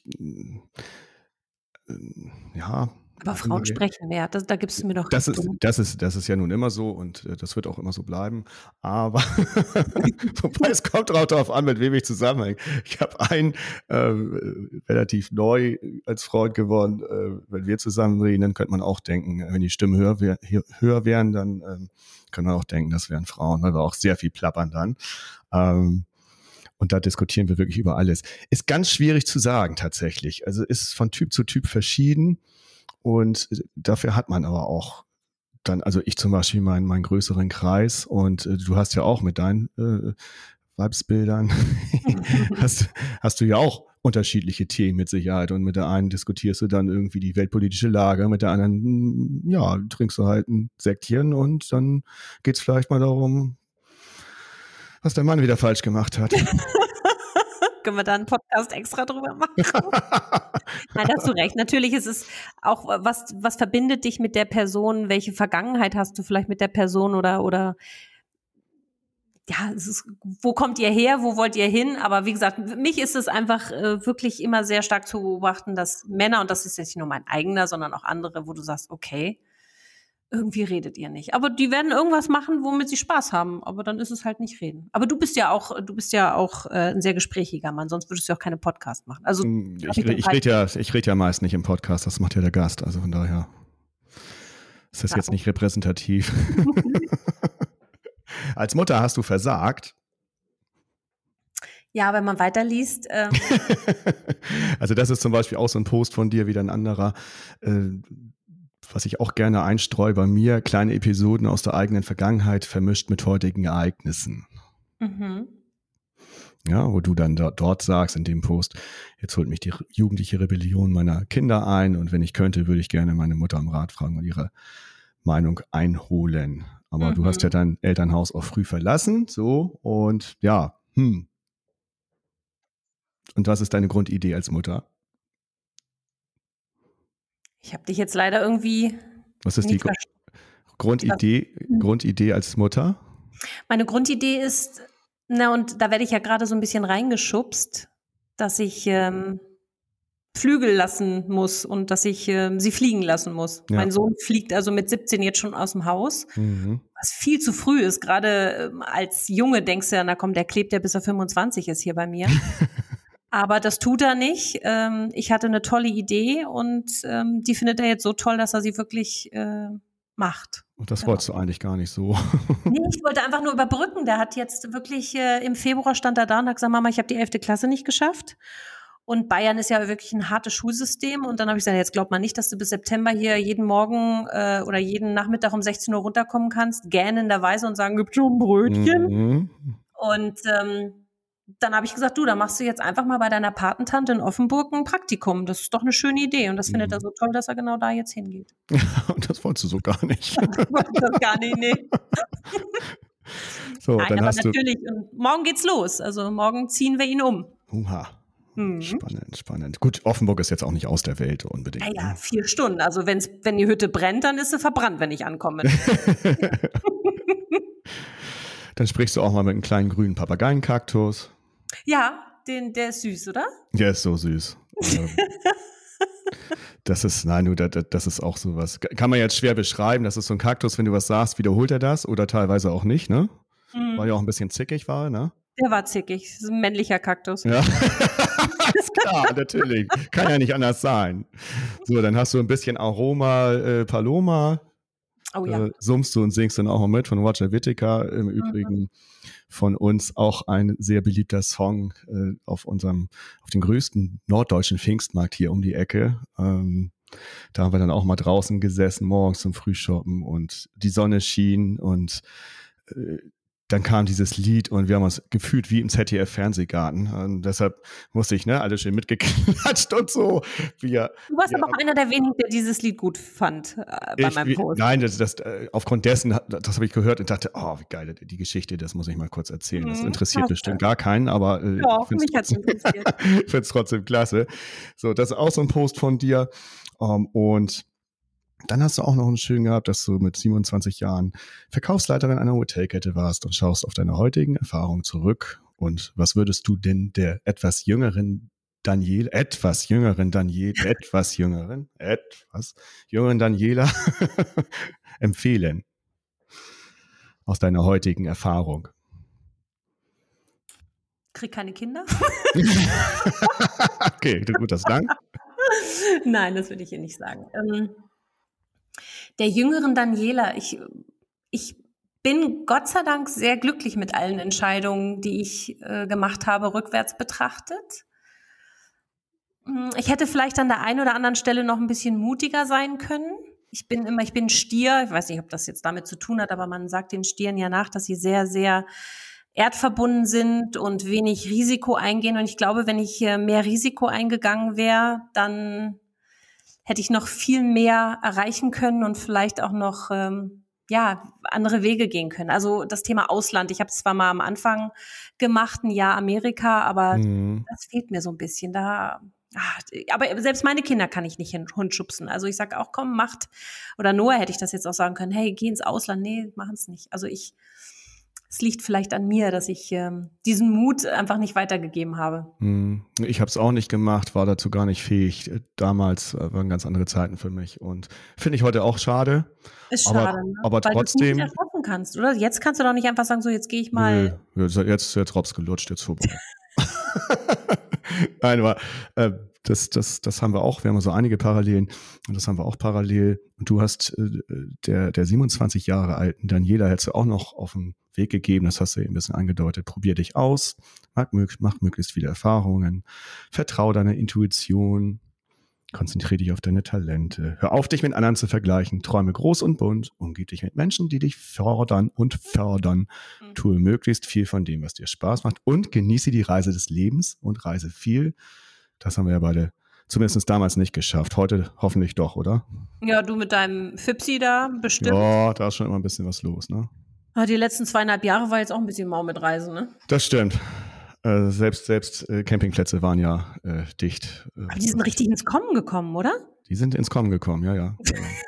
ja. Aber Frauen sprechen mehr, da gibst du mir doch das ist ja nun immer so und das wird auch immer so bleiben. Aber wobei es kommt auch darauf an, mit wem ich zusammenhänge. Ich habe einen relativ neu als Freund gewonnen. Wenn wir zusammen reden, dann könnte man auch denken, wenn die Stimmen höher wären, dann kann man auch denken, das wären Frauen, weil wir auch sehr viel plappern dann. Und da diskutieren wir wirklich über alles. Ist ganz schwierig zu sagen tatsächlich. Also ist von Typ zu Typ verschieden. Und dafür hat man aber auch dann, also ich zum Beispiel meinen größeren Kreis und du hast ja auch mit deinen Weibsbildern, hast du ja auch unterschiedliche Themen mit Sicherheit und mit der einen diskutierst du dann irgendwie die weltpolitische Lage, mit der anderen, ja, trinkst du halt ein Säckchen und dann geht's vielleicht mal darum, was der Mann wieder falsch gemacht hat. Können wir da einen Podcast extra drüber machen? Nein, hast du recht. Natürlich ist es auch, was verbindet dich mit der Person? Welche Vergangenheit hast du vielleicht mit der Person oder ja, wo kommt ihr her? Wo wollt ihr hin? Aber wie gesagt, mich ist es einfach wirklich immer sehr stark zu beobachten, dass Männer, und das ist jetzt nicht nur mein eigener, sondern auch andere, wo du sagst, okay, irgendwie redet ihr nicht. Aber die werden irgendwas machen, womit sie Spaß haben. Aber dann ist es halt nicht reden. Aber du bist ja auch ein sehr gesprächiger Mann, sonst würdest du auch keine Podcast machen. Also ich rede ja meist nicht im Podcast, das macht ja der Gast. Also von daher ist das jetzt nicht repräsentativ. Als Mutter hast du versagt. Ja, wenn man weiterliest. Also das ist zum Beispiel auch so ein Post von dir, wieder ein anderer. Was ich auch gerne einstreue bei mir, kleine Episoden aus der eigenen Vergangenheit vermischt mit heutigen Ereignissen. Mhm. Ja, wo du dann dort sagst in dem Post, jetzt holt mich die jugendliche Rebellion meiner Kinder ein und wenn ich könnte, würde ich gerne meine Mutter um Rat fragen und ihre Meinung einholen. Aber du hast ja dein Elternhaus auch früh verlassen, so und ja, Und was ist deine Grundidee als Mutter? Ich habe dich jetzt leider irgendwie. Was ist die Grundidee als Mutter? Meine Grundidee ist, und da werde ich ja gerade so ein bisschen reingeschubst, dass ich Flügel lassen muss und dass ich sie fliegen lassen muss. Ja. Mein Sohn fliegt also mit 17 jetzt schon aus dem Haus, was viel zu früh ist. Gerade als Junge denkst du ja, na komm, der klebt ja bis er 25 ist hier bei mir. Aber das tut er nicht. Ich hatte eine tolle Idee und die findet er jetzt so toll, dass er sie wirklich macht. Und das wolltest du eigentlich gar nicht so. Nee, ich wollte einfach nur überbrücken. Der hat jetzt wirklich, im Februar stand er da und hat gesagt, Mama, ich habe die 11. Klasse nicht geschafft. Und Bayern ist ja wirklich ein hartes Schulsystem. Und dann habe ich gesagt, jetzt glaubt man nicht, dass du bis September hier jeden Morgen oder jeden Nachmittag um 16 Uhr runterkommen kannst, gähnenderweise und sagen, gibt's schon ein Brötchen? Und dann habe ich gesagt, da machst du jetzt einfach mal bei deiner Patentante in Offenburg ein Praktikum. Das ist doch eine schöne Idee. Und das findet er so toll, dass er genau da jetzt hingeht. Und das wolltest du so gar nicht. Das wollte ich das gar nicht, nee. So, nein, dann aber hast natürlich. Und morgen geht's los. Also morgen ziehen wir ihn um. Spannend. Gut, Offenburg ist jetzt auch nicht aus der Welt unbedingt. Ja, 4 Stunden. Also wenn die Hütte brennt, dann ist sie verbrannt, wenn ich ankomme. Dann sprichst du auch mal mit einem kleinen grünen Papageienkaktus. Ja, der ist süß, oder? Der ist so süß. Das ist auch sowas. Kann man jetzt schwer beschreiben. Das ist so ein Kaktus, wenn du was sagst, wiederholt er das oder teilweise auch nicht, ne? Weil er auch ein bisschen zickig war, ne? Der war zickig. Das ist ein männlicher Kaktus. Ja. Ist klar, natürlich. Kann ja nicht anders sein. So, dann hast du ein bisschen Aroma Paloma. Oh ja. Summst du und singst dann auch mal mit von Roger Whittaker. Im Übrigen von uns auch ein sehr beliebter Song auf den größten norddeutschen Pfingstmarkt hier um die Ecke. Da haben wir dann auch mal draußen gesessen, morgens zum Frühshoppen und die Sonne schien und dann kam dieses Lied und wir haben uns gefühlt wie im ZDF-Fernsehgarten. Und deshalb musste ich, alle schön mitgeklatscht und so. Du warst aber auch einer der wenigen, der dieses Lied gut fand bei meinem Post. Nein, aufgrund dessen, das habe ich gehört und dachte, oh, wie geil, die Geschichte, das muss ich mal kurz erzählen. Das interessiert bestimmt gar keinen, aber ich finde es trotzdem klasse. So, das ist auch so ein Post von dir. Und dann hast du auch noch einen schönen gehabt, dass du mit 27 Jahren Verkaufsleiterin einer Hotelkette warst und schaust auf deine heutigen Erfahrungen zurück. Und was würdest du denn der etwas jüngeren Daniela empfehlen aus deiner heutigen Erfahrung? Krieg keine Kinder. Okay, gut, das Dank. Nein, das würde ich hier nicht sagen. Der jüngeren Daniela, ich bin Gott sei Dank sehr glücklich mit allen Entscheidungen, die ich gemacht habe, rückwärts betrachtet. Ich hätte vielleicht an der einen oder anderen Stelle noch ein bisschen mutiger sein können. Ich bin ein Stier, ich weiß nicht, ob das jetzt damit zu tun hat, aber man sagt den Stieren ja nach, dass sie sehr, sehr erdverbunden sind und wenig Risiko eingehen. Und ich glaube, wenn ich mehr Risiko eingegangen wäre, dann hätte ich noch viel mehr erreichen können und vielleicht auch noch andere Wege gehen können. Also das Thema Ausland, ich habe es zwar mal am Anfang gemacht, ein Jahr Amerika, aber das fehlt mir so ein bisschen. Aber selbst meine Kinder kann ich nicht in den Hund schubsen. Also ich sage auch, komm, macht. Oder Noah hätte ich das jetzt auch sagen können, hey, geh ins Ausland. Nee, machen es nicht. Also es liegt vielleicht an mir, dass ich diesen Mut einfach nicht weitergegeben habe. Ich habe es auch nicht gemacht, war dazu gar nicht fähig. Damals waren ganz andere Zeiten für mich und finde ich heute auch schade. Ist schade, ne? Aber weil trotzdem. Du es nicht erschaffen kannst, oder? Jetzt kannst du doch nicht einfach sagen, so jetzt gehe ich mal. Nö, jetzt Rops gelutscht, jetzt vorbei. Nein, aber das haben wir auch. Wir haben so einige Parallelen und das haben wir auch parallel. Und du hast der 27 Jahre alten Daniela hättest du auch noch auf den Weg gegeben. Das hast du eben ein bisschen angedeutet. Probier dich aus, mach möglichst viele Erfahrungen, vertrau deiner Intuition, konzentriere dich auf deine Talente, hör auf, dich mit anderen zu vergleichen, träume groß und bunt, umgib dich mit Menschen, die dich fordern und fördern, tue möglichst viel von dem, was dir Spaß macht und genieße die Reise des Lebens und reise viel. Das haben wir ja beide zumindest damals nicht geschafft. Heute hoffentlich doch, oder? Ja, du mit deinem Fipsi da bestimmt. Ja, da ist schon immer ein bisschen was los, ne? Die letzten 2,5 Jahre war jetzt auch ein bisschen mau mit Reisen, ne? Das stimmt. Selbst Campingplätze waren ja dicht. Aber die sind richtig ins Kommen gekommen, oder? Die sind ins Kommen gekommen, ja.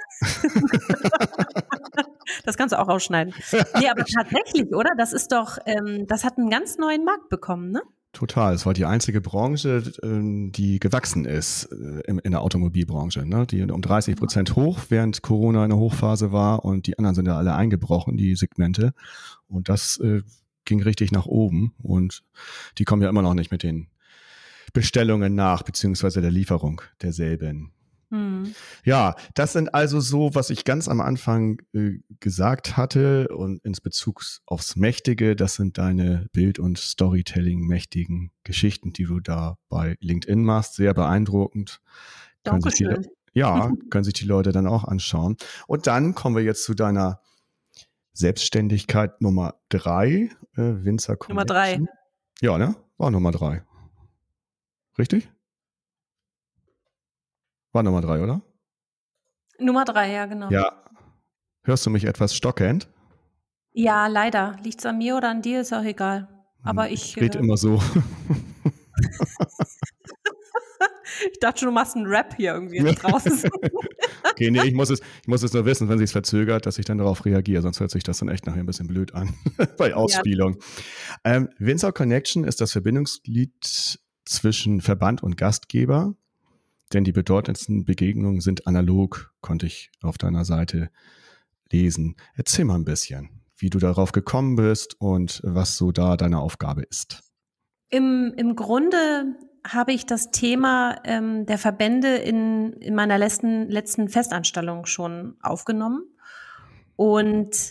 Das kannst du auch rausschneiden. Nee, aber tatsächlich, oder? Das ist doch, das hat einen ganz neuen Markt bekommen, ne? Total. Es war die einzige Branche, die gewachsen ist in der Automobilbranche. Ne? Die um 30% hoch, während Corona in der Hochphase war, und die anderen sind ja alle eingebrochen, die Segmente. Und das ging richtig nach oben, und die kommen ja immer noch nicht mit den Bestellungen nach, beziehungsweise der Lieferung derselben. Ja, das sind also so, was ich ganz am Anfang gesagt hatte, und ins Bezug aufs Mächtige, das sind deine Bild- und Storytelling-mächtigen Geschichten, die du da bei LinkedIn machst. Sehr beeindruckend. Dankeschön. Können sich die Leute dann auch anschauen. Und dann kommen wir jetzt zu deiner Selbstständigkeit Nummer 3, Winzer Connection. Nummer 3. Ja, ne? War Nummer 3. Richtig? War Nummer 3, oder? Nummer 3, ja, genau. Ja. Hörst du mich etwas stockend? Ja, leider. Liegt's an mir oder an dir, ist auch egal. Aber ich rede immer so. Ich dachte schon, du machst einen Rap hier irgendwie draußen. Okay, nee, ich muss es nur wissen, wenn sich's verzögert, dass ich dann darauf reagiere, sonst hört sich das dann echt nachher ein bisschen blöd an bei Ausspielung. Ja. Winzer Connection ist das Verbindungsglied zwischen Verband und Gastgeber, denn die bedeutendsten Begegnungen sind analog, konnte ich auf deiner Seite lesen. Erzähl mal ein bisschen, wie du darauf gekommen bist und was so da deine Aufgabe ist. Im Grunde habe ich das Thema der Verbände in meiner letzten Festanstellung schon aufgenommen. Und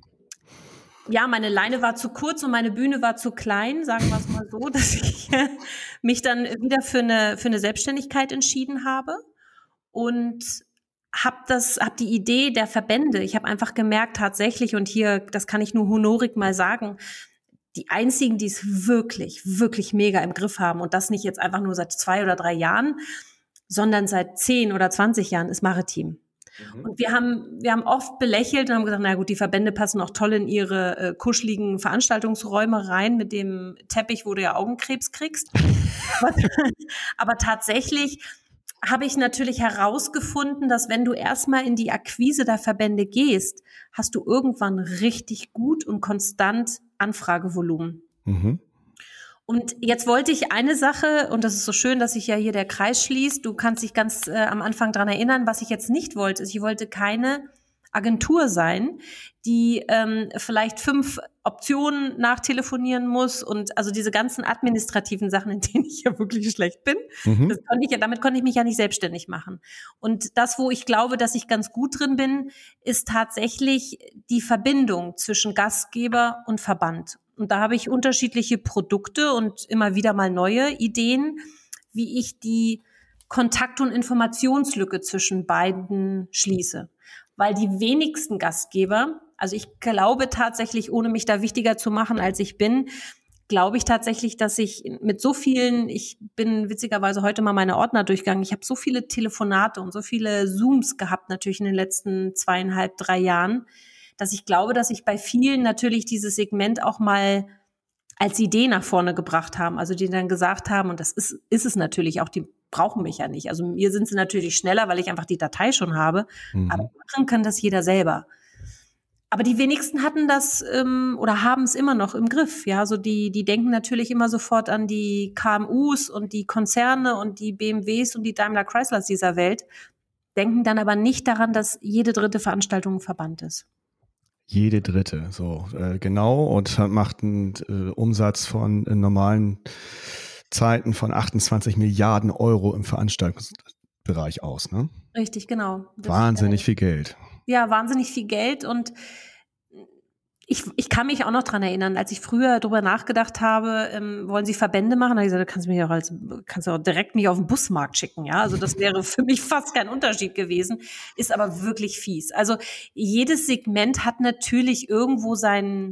ja, meine Leine war zu kurz und meine Bühne war zu klein, sagen wir es mal so, dass ich mich dann wieder für eine Selbstständigkeit entschieden habe und hab die Idee der Verbände. Ich habe einfach gemerkt tatsächlich, und hier, das kann ich nur honorig mal sagen, die einzigen, die es wirklich, wirklich mega im Griff haben, und das nicht jetzt einfach nur seit 2 oder 3 Jahren, sondern seit 10 oder 20 Jahren, ist Maritim. Und wir haben oft belächelt und haben gesagt, na gut, die Verbände passen auch toll in ihre kuscheligen Veranstaltungsräume rein mit dem Teppich, wo du ja Augenkrebs kriegst. Aber tatsächlich habe ich natürlich herausgefunden, dass wenn du erstmal in die Akquise der Verbände gehst, hast du irgendwann richtig gut und konstant Anfragevolumen. Mhm. Und jetzt wollte ich eine Sache, und das ist so schön, dass sich ja hier der Kreis schließt, du kannst dich ganz am Anfang dran erinnern, was ich jetzt nicht wollte, ist, ich wollte keine Agentur sein, die vielleicht 5 Optionen nachtelefonieren muss, und also diese ganzen administrativen Sachen, in denen ich ja wirklich schlecht bin, damit konnte ich mich ja nicht selbstständig machen. Und das, wo ich glaube, dass ich ganz gut drin bin, ist tatsächlich die Verbindung zwischen Gastgeber und Verband. Und da habe ich unterschiedliche Produkte und immer wieder mal neue Ideen, wie ich die Kontakt- und Informationslücke zwischen beiden schließe. Weil die wenigsten Gastgeber, also ich glaube tatsächlich, ohne mich da wichtiger zu machen, als ich bin, glaube ich tatsächlich, dass ich mit so vielen, ich bin witzigerweise heute mal meine Ordner durchgegangen, ich habe so viele Telefonate und so viele Zooms gehabt natürlich in den letzten 2,5, 3 Jahren, dass ich glaube, dass ich bei vielen natürlich dieses Segment auch mal als Idee nach vorne gebracht haben, also die dann gesagt haben, und das ist es natürlich auch, die brauchen mich ja nicht. Also mir sind sie natürlich schneller, weil ich einfach die Datei schon habe, aber machen kann das jeder selber. Aber die wenigsten hatten das oder haben es immer noch im Griff. Ja, also die denken natürlich immer sofort an die KMUs und die Konzerne und die BMWs und die Daimler Chryslers dieser Welt, denken dann aber nicht daran, dass jede 3. Veranstaltung ein Verband ist. Jede 3, so genau, und macht einen Umsatz von normalen Zeiten von 28 Milliarden Euro im Veranstaltungsbereich aus, ne? Richtig, genau. Wahnsinnig viel Geld. Ja, wahnsinnig viel Geld, und ich kann mich auch noch dran erinnern, als ich früher drüber nachgedacht habe, wollen Sie Verbände machen? Da habe ich gesagt, kannst du auch direkt mich auf den Busmarkt schicken, ja? Also das wäre für mich fast kein Unterschied gewesen, ist aber wirklich fies. Also jedes Segment hat natürlich irgendwo seine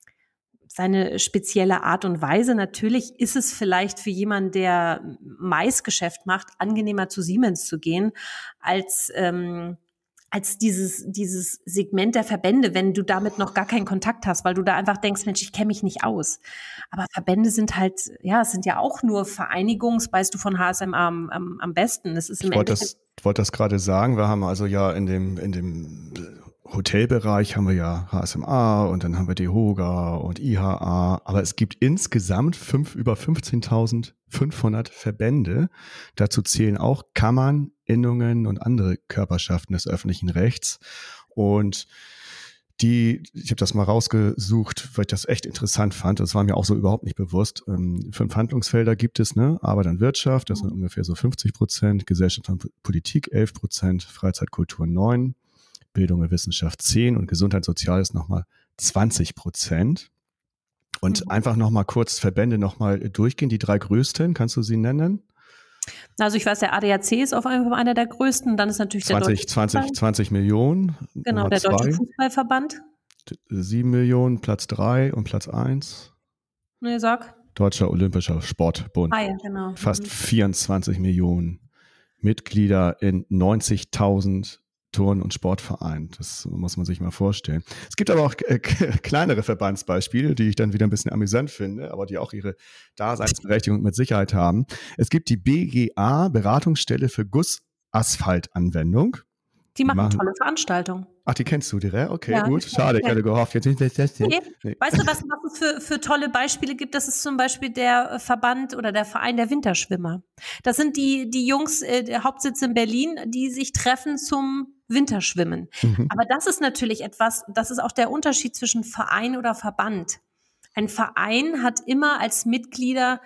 spezielle Art und Weise. Natürlich ist es vielleicht für jemanden, der Maisgeschäft macht, angenehmer zu Siemens zu gehen, als als dieses Segment der Verbände, wenn du damit noch gar keinen Kontakt hast, weil du da einfach denkst, Mensch, ich kenne mich nicht aus. Aber Verbände sind halt, es sind ja auch nur Vereinigungen, das weißt du von HSMA am besten. Das ist ich wollte das gerade sagen, wir haben also ja in dem Hotelbereich haben wir ja HSMA und dann haben wir DEHOGA und IHA, aber es gibt insgesamt über 15.500 Verbände. Dazu zählen auch Kammern, Innungen und andere Körperschaften des öffentlichen Rechts. Und ich habe das mal rausgesucht, weil ich das echt interessant fand. Das war mir auch so überhaupt nicht bewusst. 5 Handlungsfelder gibt es, ne? Arbeit und Wirtschaft, das sind ungefähr so 50%, Gesellschaft und Politik 11%, Freizeit, Kultur 9%, Bildung und Wissenschaft 10% und Gesundheit, Soziales nochmal 20%. Und einfach nochmal kurz Verbände nochmal durchgehen. Die 3 größten, kannst du sie nennen? Also ich weiß, der ADAC ist auf jeden Fall einer der größten. Dann ist natürlich 20 Millionen. Genau, der Deutsche Fußballverband. 7 Millionen, Platz 3 und Platz 1. Nee, sag. Deutscher Olympischer Sportbund. Ja, genau. Fast 24 Millionen Mitglieder in 90.000 Turn- und Sportverein. Das muss man sich mal vorstellen. Es gibt aber auch kleinere Verbandsbeispiele, die ich dann wieder ein bisschen amüsant finde, aber die auch ihre Daseinsberechtigung mit Sicherheit haben. Es gibt die BGA, Beratungsstelle für Gussasphaltanwendung. Die machen tolle Veranstaltungen. Ach, die kennst du direkt? Okay, ja, gut. Schade, ich hatte gehofft. Jetzt nicht. Nee. Weißt du, was es für tolle Beispiele gibt? Das ist zum Beispiel der Verband oder der Verein der Winterschwimmer. Das sind die Jungs, der Hauptsitz in Berlin, die sich treffen zum Winterschwimmen. Aber das ist natürlich etwas, das ist auch der Unterschied zwischen Verein oder Verband. Ein Verein hat immer als Mitglieder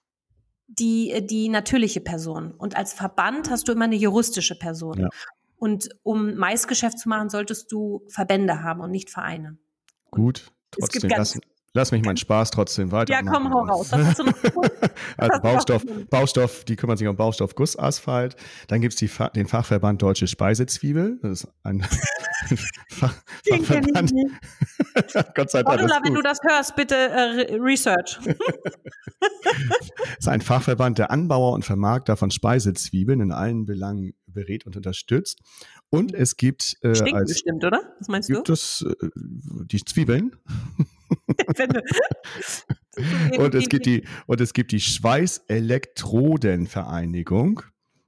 die natürliche Person. Und als Verband hast du immer eine juristische Person. Ja. Und um Maisgeschäft zu machen, solltest du Verbände haben und nicht Vereine. Gut, trotzdem lass mich meinen Spaß trotzdem weitermachen. Ja, komm, hau raus. Also Baustoff, die kümmern sich um Baustoff Gussasphalt. Dann gibt es den Fachverband Deutsche Speisezwiebel. Das ist ein Fachverband. Gott sei Dank. Ursula, wenn du das hörst, bitte Research. Das ist ein Fachverband der Anbauer und Vermarkter von Speisezwiebeln in allen Belangen berät und unterstützt. Und es gibt Stinken bestimmt, oder? Was meinst du? Gibt es die Zwiebeln? und es gibt die Schweißelektrodenvereinigung.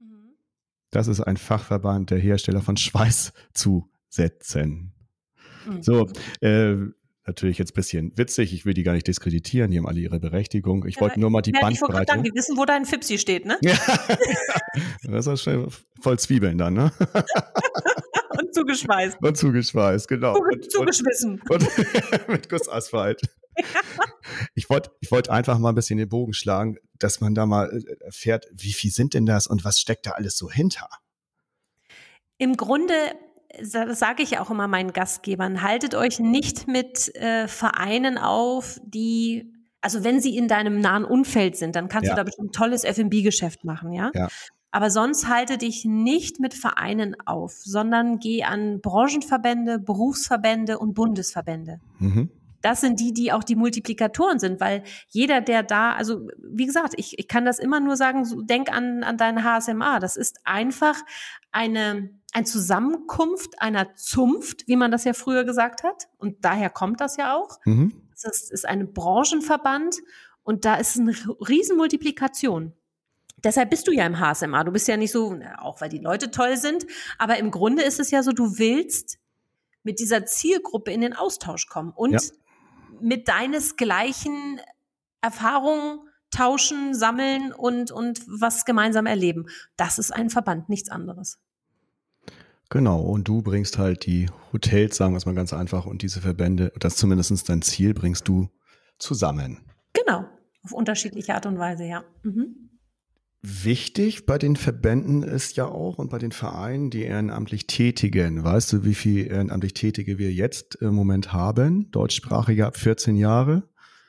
Das ist ein Fachverband der Hersteller von Schweißzusätzen. So, natürlich jetzt ein bisschen witzig, ich will die gar nicht diskreditieren, die haben alle ihre Berechtigung. Ich wollte nur mal die Bandbreite. Wir wissen, wo dein Fipsi steht, ne? Ja. Das ist schon voll Zwiebeln dann, ne? Und zugeschweißt. Und zugeschweißt, genau. Zugeschwissen. Und mit Gussasphalt. Ja. Ich wollte einfach mal ein bisschen den Bogen schlagen, dass man da mal erfährt, wie viel sind denn das und was steckt da alles so hinter? Im Grunde, das sage ich auch immer meinen Gastgebern, haltet euch nicht mit Vereinen auf, also wenn sie in deinem nahen Umfeld sind, dann kannst du da bestimmt ein tolles F&B-Geschäft machen, ja? Ja. Aber sonst halte dich nicht mit Vereinen auf, sondern geh an Branchenverbände, Berufsverbände und Bundesverbände. Das sind die auch die Multiplikatoren sind, weil jeder, der da, also wie gesagt, ich kann das immer nur sagen, so, denk an deine HSMA. Das ist einfach eine Zusammenkunft einer Zunft, wie man das ja früher gesagt hat. Und daher kommt das ja auch. Das ist ein Branchenverband und da ist eine Riesenmultiplikation. Deshalb bist du ja im HSMA. Du bist ja nicht so, auch weil die Leute toll sind, aber im Grunde ist es ja so, du willst mit dieser Zielgruppe in den Austausch kommen und mit deinesgleichen Erfahrungen tauschen, sammeln und was gemeinsam erleben. Das ist ein Verband, nichts anderes. Genau, und du bringst halt die Hotels, sagen wir es mal ganz einfach, und diese Verbände, das ist zumindest dein Ziel, bringst du zusammen. Genau, auf unterschiedliche Art und Weise, ja. Wichtig bei den Verbänden ist ja auch und bei den Vereinen, die ehrenamtlich tätigen. Weißt du, wie viel ehrenamtlich Tätige wir jetzt im Moment haben? Deutschsprachige ab 14 Jahre?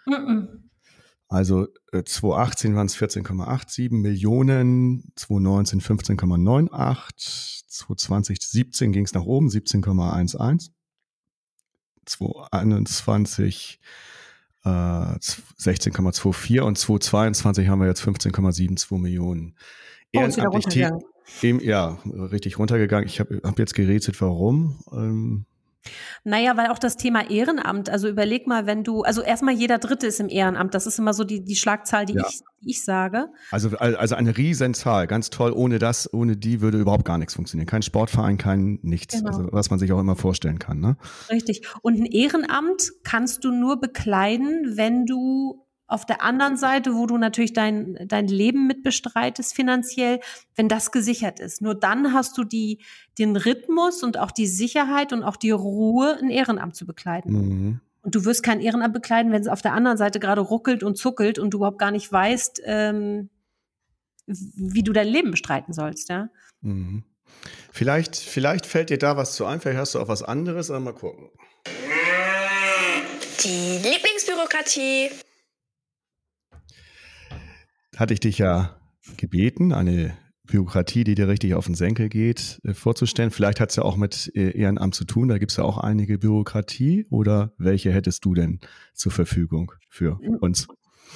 Also 2018 waren es 14,87 Millionen, 2019 15,98, 2020 17 ging es nach oben, 17,11, 2021 16,24 und 2022 haben wir jetzt 15,72 Millionen. Eben, ja, richtig runtergegangen. Ich hab jetzt gerätselt, warum. Naja, weil auch das Thema Ehrenamt, also überleg mal, also erstmal jeder Dritte ist im Ehrenamt, das ist immer so die Schlagzahl, die ich sage. Also eine Riesenzahl, ganz toll. Ohne die würde überhaupt gar nichts funktionieren. Kein Sportverein, kein nichts, Genau. also, was man sich auch immer vorstellen kann. Ne? Richtig. Und ein Ehrenamt kannst du nur bekleiden, wenn du auf der anderen Seite, wo du natürlich dein Leben mit bestreitest finanziell, wenn das gesichert ist. Nur dann hast du den Rhythmus und auch die Sicherheit und auch die Ruhe, ein Ehrenamt zu bekleiden. Mhm. Und du wirst kein Ehrenamt bekleiden, wenn es auf der anderen Seite gerade ruckelt und zuckelt und du überhaupt gar nicht weißt, wie du dein Leben bestreiten sollst. Ja? Mhm. Vielleicht fällt dir da was zu ein, vielleicht hast du auch was anderes, aber mal gucken. Die Lieblingsbürokratie. Hatte ich dich ja gebeten, eine Bürokratie, die dir richtig auf den Senkel geht, vorzustellen. Vielleicht hat es ja auch mit Ehrenamt zu tun, da gibt es ja auch einige Bürokratie. Oder welche hättest du denn zur Verfügung für uns?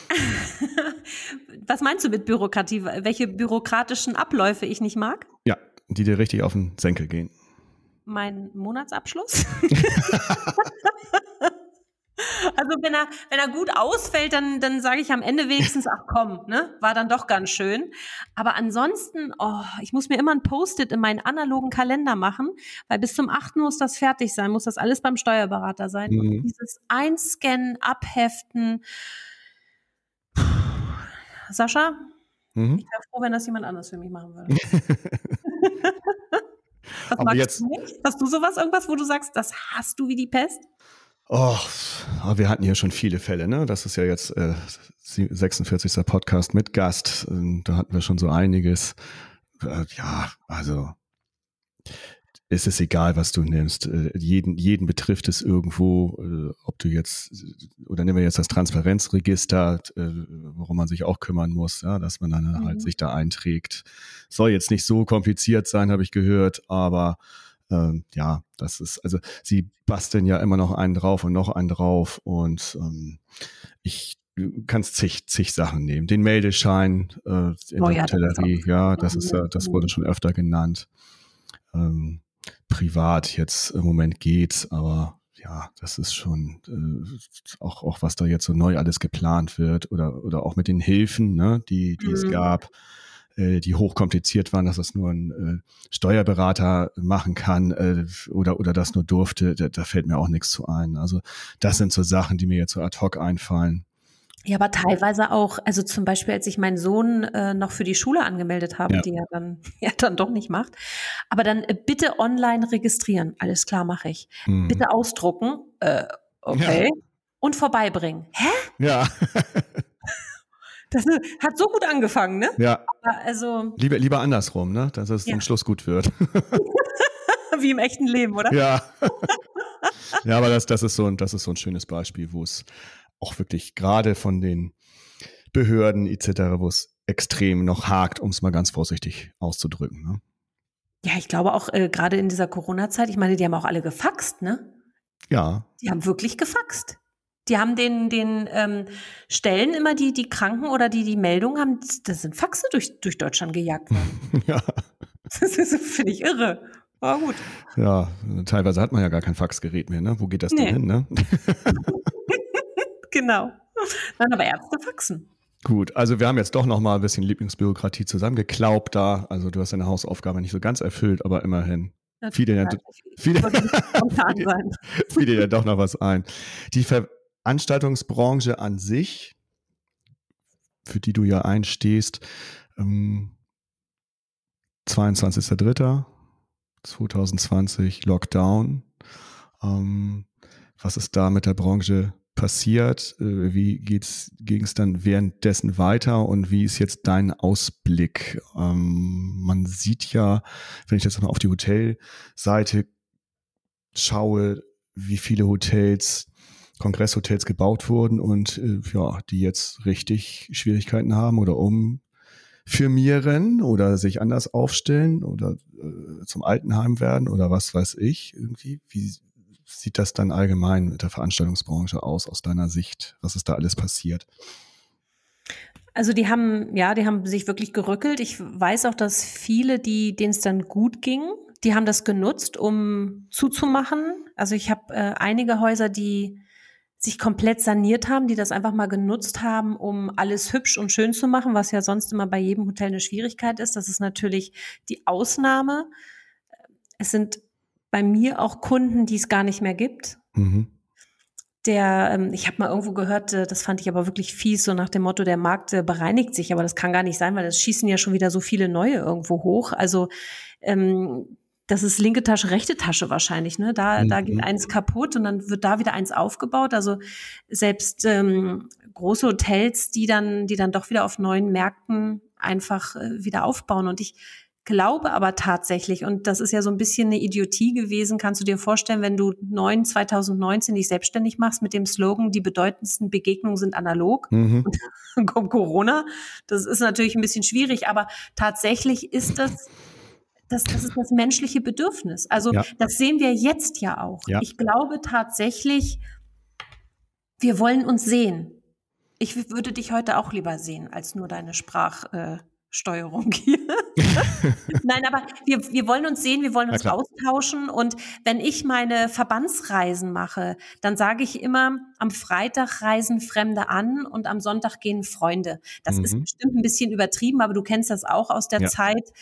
Was meinst du mit Bürokratie? Welche bürokratischen Abläufe ich nicht mag? Ja, die dir richtig auf den Senkel gehen. Mein Monatsabschluss? Also wenn er gut ausfällt, dann sage ich am Ende wenigstens, ach komm, ne, war dann doch ganz schön. Aber ansonsten, ich muss mir immer ein Post-it in meinen analogen Kalender machen, weil bis zum 8. muss das fertig sein, muss das alles beim Steuerberater sein. Mhm. Und dieses Einscannen, Abheften. Sascha, ich wäre froh, wenn das jemand anders für mich machen würde. Was Aber magst jetzt, du nicht? Hast du sowas, irgendwas, wo du sagst, das hast du wie die Pest? Wir hatten hier schon viele Fälle, ne? Das ist ja jetzt 46. Podcast mit Gast. Da hatten wir schon so einiges. Ja, also es ist egal, was du nimmst. Jeden betrifft es irgendwo, ob du jetzt, oder nehmen wir jetzt das Transparenzregister, worum man sich auch kümmern muss, ja, dass man dann halt sich da einträgt. Soll jetzt nicht so kompliziert sein, habe ich gehört, aber ja, das ist, also sie basteln ja immer noch einen drauf und noch einen drauf und du kannst zig Sachen nehmen. Den Meldeschein in der Hotellerie, das wurde schon öfter genannt. Privat jetzt im Moment geht's, aber ja, das ist schon auch was da jetzt so neu alles geplant wird oder auch mit den Hilfen, ne, die es gab, die hochkompliziert waren, dass das nur ein Steuerberater machen kann oder das nur durfte, da fällt mir auch nichts zu ein. Also das sind so Sachen, die mir jetzt so ad hoc einfallen. Ja, aber teilweise auch, also zum Beispiel, als ich meinen Sohn noch für die Schule angemeldet habe, die er dann doch nicht macht, aber dann bitte online registrieren. Alles klar, mache ich. Bitte ausdrucken, okay, und vorbeibringen. Hä? Ja. Das hat so gut angefangen, ne? Ja. Aber also Lieber andersrum, ne? Dass es zum Schluss gut wird. Wie im echten Leben, oder? Ja. Ja, aber das ist so ein schönes Beispiel, wo es auch wirklich gerade von den Behörden etc., wo es extrem noch hakt, um es mal ganz vorsichtig auszudrücken. Ne? Ja, ich glaube auch gerade in dieser Corona-Zeit, ich meine, die haben auch alle gefaxt, ne? Ja. Die haben wirklich gefaxt. Die haben den Stellen immer die Kranken oder die Meldungen haben, das sind Faxe durch Deutschland gejagt worden. Ja. Das finde ich irre. Aber gut. Ja, teilweise hat man ja gar kein Faxgerät mehr, ne? Wo geht das denn hin, ne? Genau. Dann aber Ärzte faxen. Gut, also wir haben jetzt doch noch mal ein bisschen Lieblingsbürokratie zusammengeklaubt da. Also du hast deine Hausaufgabe nicht so ganz erfüllt, aber immerhin. Fiel dir ja doch noch was ein. Die Veranstaltungsbranche an sich, für die du ja einstehst, 22.03.2020, Lockdown. Was ist da mit der Branche passiert? Wie ging es dann währenddessen weiter und wie ist jetzt dein Ausblick? Man sieht ja, wenn ich jetzt mal auf die Hotelseite schaue, wie viele Kongresshotels gebaut wurden und die jetzt richtig Schwierigkeiten haben oder umfirmieren oder sich anders aufstellen oder zum Altenheim werden oder was weiß ich irgendwie. Wie sieht das dann allgemein mit der Veranstaltungsbranche aus deiner Sicht? Was ist da alles passiert? Also die haben sich wirklich gerückelt. Ich weiß auch, dass viele, denen es dann gut ging, die haben das genutzt, um zuzumachen. Also ich habe einige Häuser, die sich komplett saniert haben, die das einfach mal genutzt haben, um alles hübsch und schön zu machen, was ja sonst immer bei jedem Hotel eine Schwierigkeit ist. Das ist natürlich die Ausnahme. Es sind bei mir auch Kunden, die es gar nicht mehr gibt. Mhm. Ich habe mal irgendwo gehört, das fand ich aber wirklich fies, so nach dem Motto, der Markt bereinigt sich, aber das kann gar nicht sein, weil es schießen ja schon wieder so viele neue irgendwo hoch. Also das ist linke Tasche, rechte Tasche wahrscheinlich, ne? Da geht eins kaputt und dann wird da wieder eins aufgebaut. Also selbst große Hotels, die dann doch wieder auf neuen Märkten einfach wieder aufbauen. Und ich glaube aber tatsächlich, und das ist ja so ein bisschen eine Idiotie gewesen, kannst du dir vorstellen, wenn du 2019 dich selbstständig machst mit dem Slogan, die bedeutendsten Begegnungen sind analog, und dann kommt Corona. Das ist natürlich ein bisschen schwierig, aber tatsächlich ist das ist das menschliche Bedürfnis. Also das sehen wir jetzt ja auch. Ja. Ich glaube tatsächlich, wir wollen uns sehen. Ich würde dich heute auch lieber sehen, als nur deine Sprachsteuerung hier. Nein, aber wir wollen uns sehen, wir wollen uns austauschen. Und wenn ich meine Verbandsreisen mache, dann sage ich immer, am Freitag reisen Fremde an und am Sonntag gehen Freunde. Das ist bestimmt ein bisschen übertrieben, aber du kennst das auch aus der Zeit,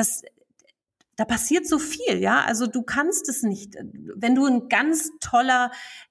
da passiert so viel, ja. Also du kannst es nicht. Wenn du ein ganz toller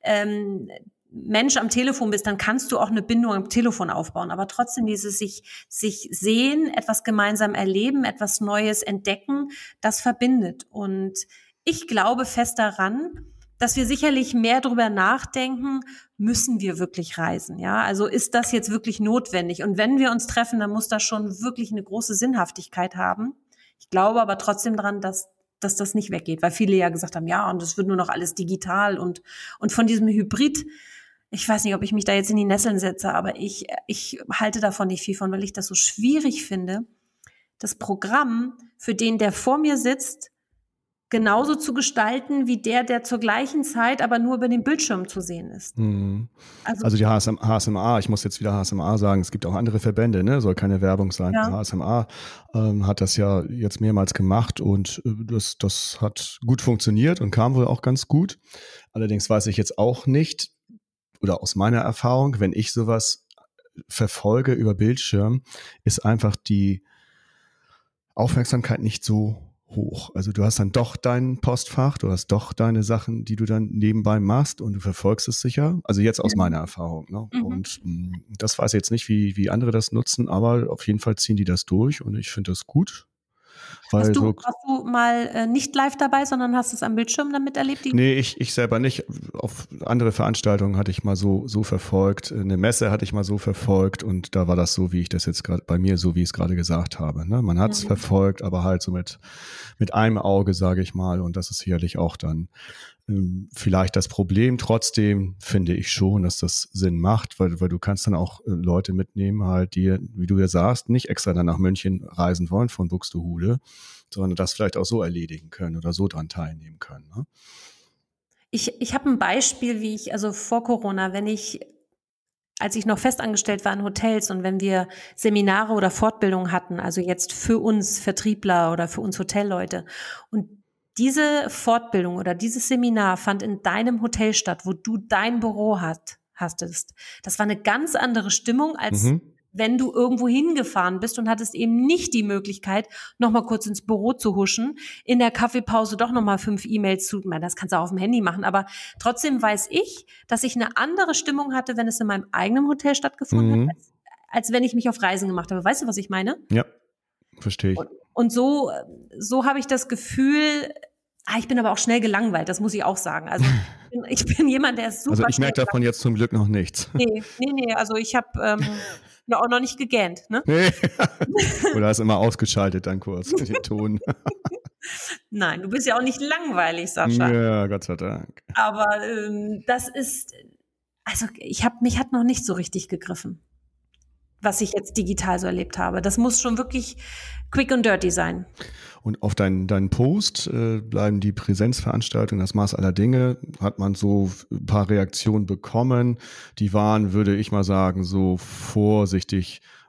Mensch am Telefon bist, dann kannst du auch eine Bindung am Telefon aufbauen. Aber trotzdem dieses sich sehen, etwas gemeinsam erleben, etwas Neues entdecken, das verbindet. Und ich glaube fest daran, dass wir sicherlich mehr darüber nachdenken, müssen wir wirklich reisen, ja? Also ist das jetzt wirklich notwendig? Und wenn wir uns treffen, dann muss das schon wirklich eine große Sinnhaftigkeit haben. Ich glaube aber trotzdem daran, dass das nicht weggeht, weil viele ja gesagt haben, ja, und es wird nur noch alles digital und von diesem Hybrid, ich weiß nicht, ob ich mich da jetzt in die Nesseln setze, aber ich halte davon nicht viel von, weil ich das so schwierig finde, das Programm für den, der vor mir sitzt, genauso zu gestalten wie der zur gleichen Zeit aber nur über den Bildschirm zu sehen ist. Also die HSMA, ich muss jetzt wieder HSMA sagen, es gibt auch andere Verbände, ne? Soll keine Werbung sein. Ja. HSMA hat das ja jetzt mehrmals gemacht und das hat gut funktioniert und kam wohl auch ganz gut. Allerdings weiß ich jetzt auch nicht, oder aus meiner Erfahrung, wenn ich sowas verfolge über Bildschirm, ist einfach die Aufmerksamkeit nicht so hoch. Also du hast dann doch dein Postfach, du hast doch deine Sachen, die du dann nebenbei machst und du verfolgst es sicher. Also jetzt aus meiner Erfahrung. Ne? Und das weiß ich jetzt nicht, wie andere das nutzen, aber auf jeden Fall ziehen die das durch und ich finde das gut. Warst du mal nicht live dabei, sondern hast es am Bildschirm dann miterlebt? Nee, ich selber nicht. Auf andere Veranstaltungen hatte ich mal so verfolgt. Eine Messe hatte ich mal so verfolgt und da war das so, wie ich das jetzt gerade bei mir, so wie ich es gerade gesagt habe. Ne? Man hat es verfolgt, aber halt so mit einem Auge, sage ich mal. Und das ist sicherlich auch dann vielleicht das Problem. Trotzdem finde ich schon, dass das Sinn macht, weil du kannst dann auch Leute mitnehmen, halt, die, wie du ja sagst, nicht extra dann nach München reisen wollen von Buxtehude, sondern das vielleicht auch so erledigen können oder so dran teilnehmen können. Ne? Ich habe ein Beispiel, also vor Corona, als ich noch festangestellt war in Hotels und wenn wir Seminare oder Fortbildungen hatten, also jetzt für uns Vertriebler oder für uns Hotelleute und diese Fortbildung oder dieses Seminar fand in deinem Hotel statt, wo du dein Büro hastest. Das war eine ganz andere Stimmung, als wenn du irgendwo hingefahren bist und hattest eben nicht die Möglichkeit, noch mal kurz ins Büro zu huschen, in der Kaffeepause doch noch mal 5 E-Mails das kannst du auch auf dem Handy machen, aber trotzdem weiß ich, dass ich eine andere Stimmung hatte, wenn es in meinem eigenen Hotel stattgefunden hat, als wenn ich mich auf Reisen gemacht habe. Weißt du, was ich meine? Ja, verstehe ich. Und so habe ich das Gefühl, ich bin aber auch schnell gelangweilt, das muss ich auch sagen. Also ich bin jemand, der ist super. Also ich merke davon jetzt zum Glück noch nichts. Nee, also ich habe auch noch nicht gegähnt. Ne? Nee. Oder hast immer ausgeschaltet dann kurz mit dem Ton. Nein, du bist ja auch nicht langweilig, Sascha. Ja, Gott sei Dank. Aber das ist, also mich hat noch nicht so richtig gegriffen, was ich jetzt digital so erlebt habe. Das muss schon wirklich quick and dirty sein. Und auf deinen Post bleiben die Präsenzveranstaltungen das Maß aller Dinge. Hat man so ein paar Reaktionen bekommen. Die waren, würde ich mal sagen, so vorsichtig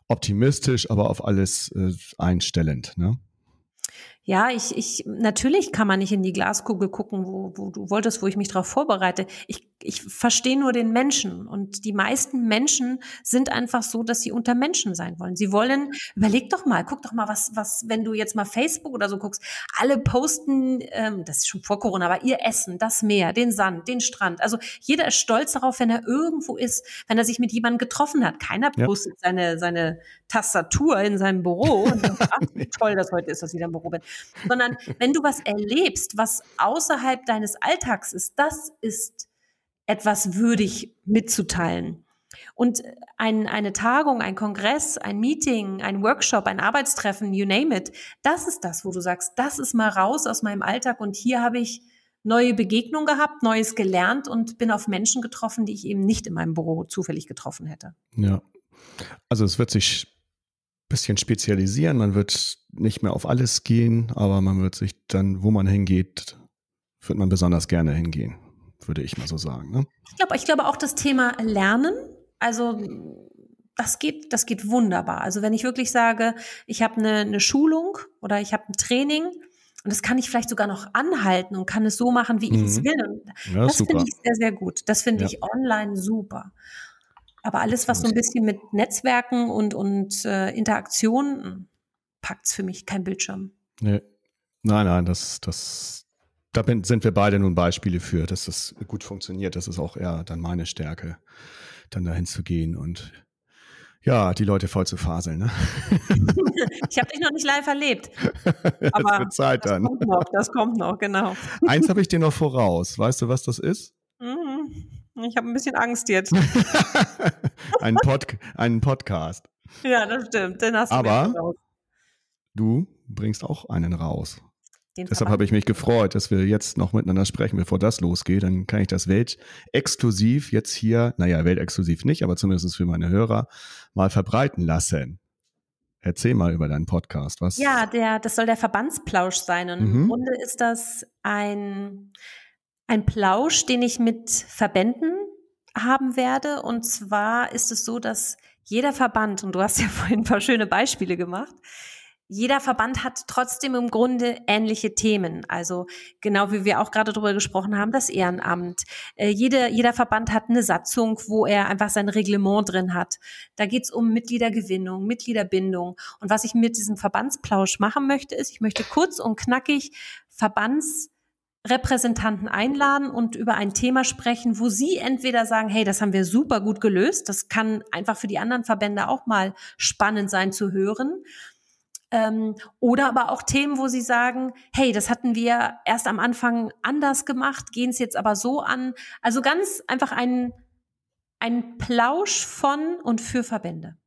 optimistisch, aber auf alles einstellend, ne? Ja, natürlich kann man nicht in die Glaskugel gucken, wo du wolltest, wo ich mich darauf vorbereite. Ich verstehe nur den Menschen, und die meisten Menschen sind einfach so, dass sie unter Menschen sein wollen. Sie wollen, guck doch mal, was, wenn du jetzt mal Facebook oder so guckst, alle posten, das ist schon vor Corona, aber ihr Essen, das Meer, den Sand, den Strand. Also jeder ist stolz darauf, wenn er irgendwo ist, wenn er sich mit jemandem getroffen hat. Keiner postet seine Tastatur in seinem Büro und sagt, ach, toll, dass heute ist, dass ich wieder im Büro bin. Sondern wenn du was erlebst, was außerhalb deines Alltags ist, das ist etwas würdig mitzuteilen. Und eine Tagung, ein Kongress, ein Meeting, ein Workshop, ein Arbeitstreffen, you name it, das ist das, wo du sagst, das ist mal raus aus meinem Alltag, und hier habe ich neue Begegnungen gehabt, Neues gelernt und bin auf Menschen getroffen, die ich eben nicht in meinem Büro zufällig getroffen hätte. Ja, also es wird sich bisschen spezialisieren, man wird nicht mehr auf alles gehen, aber man wird sich dann, wo man hingeht, wird man besonders gerne hingehen, würde ich mal so sagen. Ne? Ich glaube auch das Thema Lernen, also das geht wunderbar. Also wenn ich wirklich sage, ich habe eine Schulung oder ich habe ein Training und das kann ich vielleicht sogar noch anhalten und kann es so machen, wie ich es will. Ja, das finde super. ich sehr, sehr gut. Das finde ich online super. Aber alles, was so ein bisschen mit Netzwerken und Interaktion, packt's für mich kein Bildschirm. Nee. Nein, da sind wir beide nun Beispiele für, dass das gut funktioniert. Das ist auch eher dann meine Stärke, dann dahin zu gehen und ja, die Leute voll zu faseln. Ne? Ich habe dich noch nicht live erlebt. Aber das wird Zeit dann. Das kommt noch, genau. Eins habe ich dir noch voraus. Weißt du, was das ist? Ich habe ein bisschen Angst jetzt. Einen Podcast. Ja, das stimmt. Den hast du aber mir raus. Du bringst auch einen raus. Den Deshalb habe ich mich gefreut, dass wir jetzt noch miteinander sprechen, bevor das losgeht. Dann kann ich das weltexklusiv jetzt hier, weltexklusiv nicht, aber zumindest für meine Hörer mal verbreiten lassen. Erzähl mal über deinen Podcast. Was? Ja, das soll der Verbandsplausch sein. Und im Grunde ist das ein Plausch, den ich mit Verbänden haben werde. Und zwar ist es so, dass jeder Verband, und du hast ja vorhin ein paar schöne Beispiele gemacht, jeder Verband hat trotzdem im Grunde ähnliche Themen. Also genau wie wir auch gerade drüber gesprochen haben, das Ehrenamt. Jeder Verband hat eine Satzung, wo er einfach sein Reglement drin hat. Da geht's um Mitgliedergewinnung, Mitgliederbindung. Und was ich mit diesem Verbandsplausch machen möchte, ist, ich möchte kurz und knackig Verbandsrepräsentanten einladen und über ein Thema sprechen, wo sie entweder sagen, hey, das haben wir super gut gelöst. Das kann einfach für die anderen Verbände auch mal spannend sein zu hören. Oder aber auch Themen, wo sie sagen, hey, das hatten wir erst am Anfang anders gemacht, gehen es jetzt aber so an. Also ganz einfach ein Plausch von und für Verbände.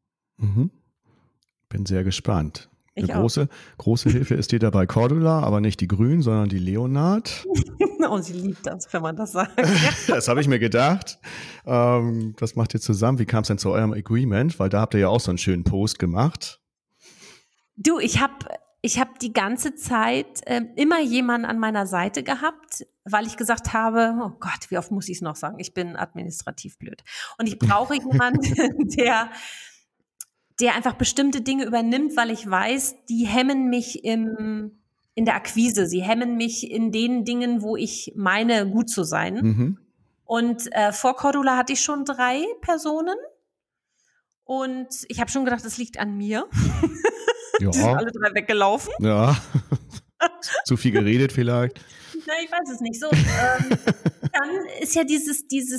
Bin sehr gespannt. Ich Eine große Hilfe ist dir dabei Cordula, aber nicht die Grün, sondern die Leonard. Oh, sie liebt das, wenn man das sagt. Das habe ich mir gedacht. Was macht ihr zusammen? Wie kam es denn zu eurem Agreement? Weil da habt ihr ja auch so einen schönen Post gemacht. Du, ich hab die ganze Zeit immer jemanden an meiner Seite gehabt, weil ich gesagt habe, oh Gott, wie oft muss ich es noch sagen? Ich bin administrativ blöd. Und ich brauche jemanden, der einfach bestimmte Dinge übernimmt, weil ich weiß, die hemmen mich in der Akquise. Sie hemmen mich in den Dingen, wo ich meine, gut zu sein. Und vor Cordula hatte ich schon 3 Personen. Und ich habe schon gedacht, das liegt an mir. Ja. Die sind alle 3 weggelaufen. Ja, zu viel geredet vielleicht. Na, ich weiß es nicht. So, dann ist ja die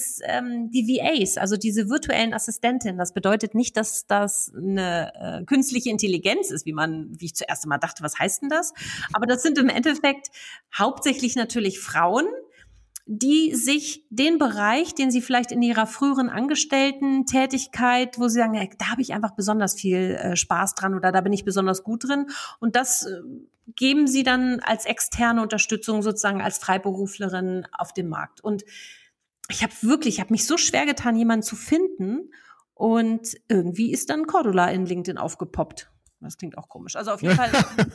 VAs, also diese virtuellen Assistentinnen. Das bedeutet nicht, dass das eine künstliche Intelligenz ist, wie ich zuerst einmal dachte, was heißt denn das? Aber das sind im Endeffekt hauptsächlich natürlich Frauen, die sich den Bereich, den sie vielleicht in ihrer früheren Angestellten-Tätigkeit, wo sie sagen, da habe ich einfach besonders viel Spaß dran oder da bin ich besonders gut drin. Und das geben sie dann als externe Unterstützung sozusagen als Freiberuflerin auf dem Markt. Und ich habe mich so schwer getan, jemanden zu finden. Und irgendwie ist dann Cordula in LinkedIn aufgepoppt. Das klingt auch komisch. Also auf jeden Fall.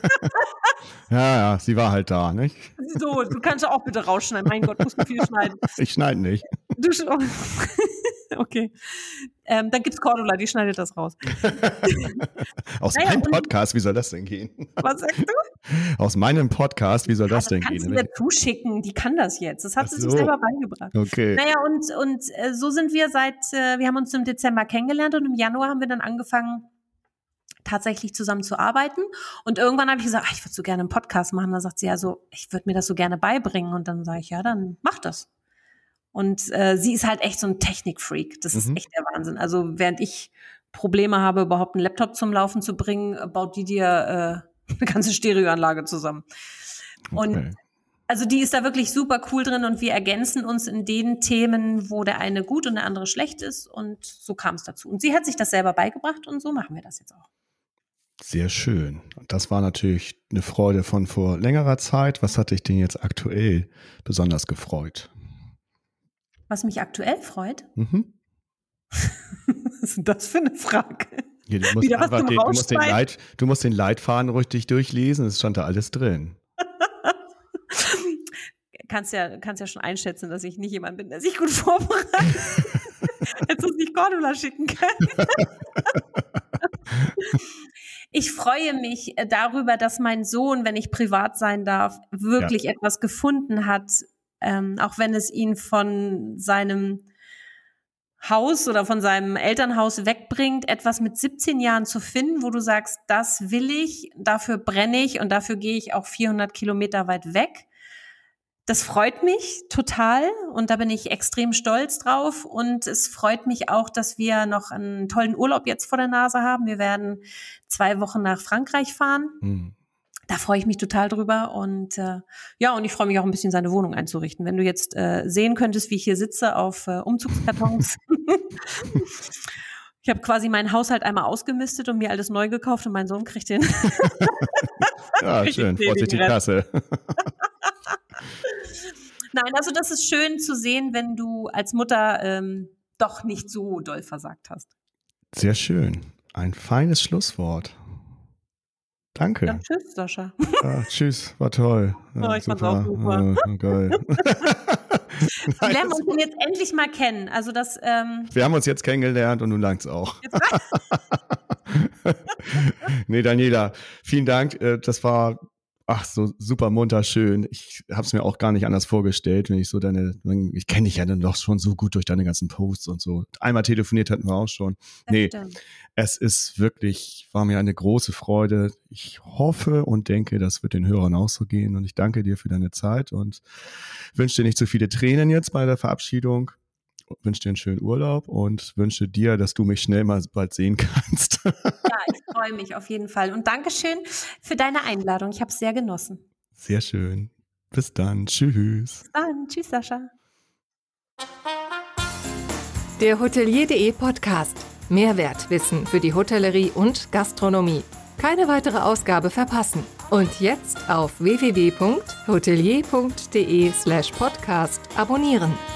Ja, sie war halt da, nicht? So, du kannst ja auch bitte rausschneiden. Mein Gott, musst du viel schneiden. Ich schneide nicht. Okay. Dann gibt's Cordula, die schneidet das raus. Aus meinem Podcast, wie soll das denn gehen? Was sagst du? Aus meinem Podcast, wie soll das denn kannst gehen? Du dir zuschicken, die kann das jetzt. Das hat sie sich so. selber beigebracht. Okay. Naja, und so sind wir wir haben uns im Dezember kennengelernt und im Januar haben wir dann angefangen, tatsächlich zusammen zu arbeiten. Und irgendwann habe ich gesagt, ich würde so gerne einen Podcast machen. Da sagt sie ja so, ich würde mir das so gerne beibringen. Und dann sage ich, ja, dann mach das. Und sie ist halt echt so ein Technikfreak. Das ist echt der Wahnsinn. Also während ich Probleme habe, überhaupt einen Laptop zum Laufen zu bringen, baut die dir eine ganze Stereoanlage zusammen. Und also die ist da wirklich super cool drin und wir ergänzen uns in den Themen, wo der eine gut und der andere schlecht ist. Und so kam es dazu. Und sie hat sich das selber beigebracht und so machen wir das jetzt auch. Sehr schön. Das war natürlich eine Freude von vor längerer Zeit. Was hat dich denn jetzt aktuell besonders gefreut? Was mich aktuell freut? Was ist denn das für eine Frage? Ja, du musst den Leitfaden richtig durchlesen, es stand da alles drin. Kannst ja schon einschätzen, dass ich nicht jemand bin, der sich gut vorbereitet. Hättest du es nicht Cordula schicken können. Ich freue mich darüber, dass mein Sohn, wenn ich privat sein darf, wirklich etwas gefunden hat, auch wenn es ihn von seinem Haus oder von seinem Elternhaus wegbringt, etwas mit 17 Jahren zu finden, wo du sagst, das will ich, dafür brenne ich und dafür gehe ich auch 400 Kilometer weit weg. Das freut mich total und da bin ich extrem stolz drauf und es freut mich auch, dass wir noch einen tollen Urlaub jetzt vor der Nase haben. Wir werden 2 Wochen nach Frankreich fahren. Da freue ich mich total drüber und und ich freue mich auch ein bisschen, seine Wohnung einzurichten. Wenn du jetzt sehen könntest, wie ich hier sitze auf Umzugskartons. Ich habe quasi meinen Haushalt einmal ausgemistet und mir alles neu gekauft und mein Sohn kriegt den. Ja, schön, vorsichtig die Kasse. Nein, also das ist schön zu sehen, wenn du als Mutter doch nicht so doll versagt hast. Sehr schön. Ein feines Schlusswort. Danke. Ja, tschüss, Sascha. Ja, tschüss, war toll. Ja, ich fand's auch super. Geil. Wir lernen uns denn jetzt endlich mal kennen. Also das. Wir haben uns jetzt kennengelernt und nun langt's auch. Nee, Daniela, vielen Dank. Das war so super munter schön. Ich habe es mir auch gar nicht anders vorgestellt, wenn ich so ich kenne dich ja dann doch schon so gut durch deine ganzen Posts und so. Einmal telefoniert hatten wir auch schon. Es ist wirklich, war mir eine große Freude. Ich hoffe und denke, das wird den Hörern auch so gehen und ich danke dir für deine Zeit und wünsche dir nicht zu viele Tränen jetzt bei der Verabschiedung. Wünsche dir einen schönen Urlaub und wünsche dir, dass du mich schnell mal bald sehen kannst. Ja, ich freue mich auf jeden Fall. Und Dankeschön für deine Einladung. Ich habe es sehr genossen. Sehr schön. Bis dann. Tschüss. Bis dann. Tschüss, Sascha. Der Hotelier.de Podcast. Mehrwertwissen für die Hotellerie und Gastronomie. Keine weitere Ausgabe verpassen. Und jetzt auf www.hotelier.de/podcast abonnieren.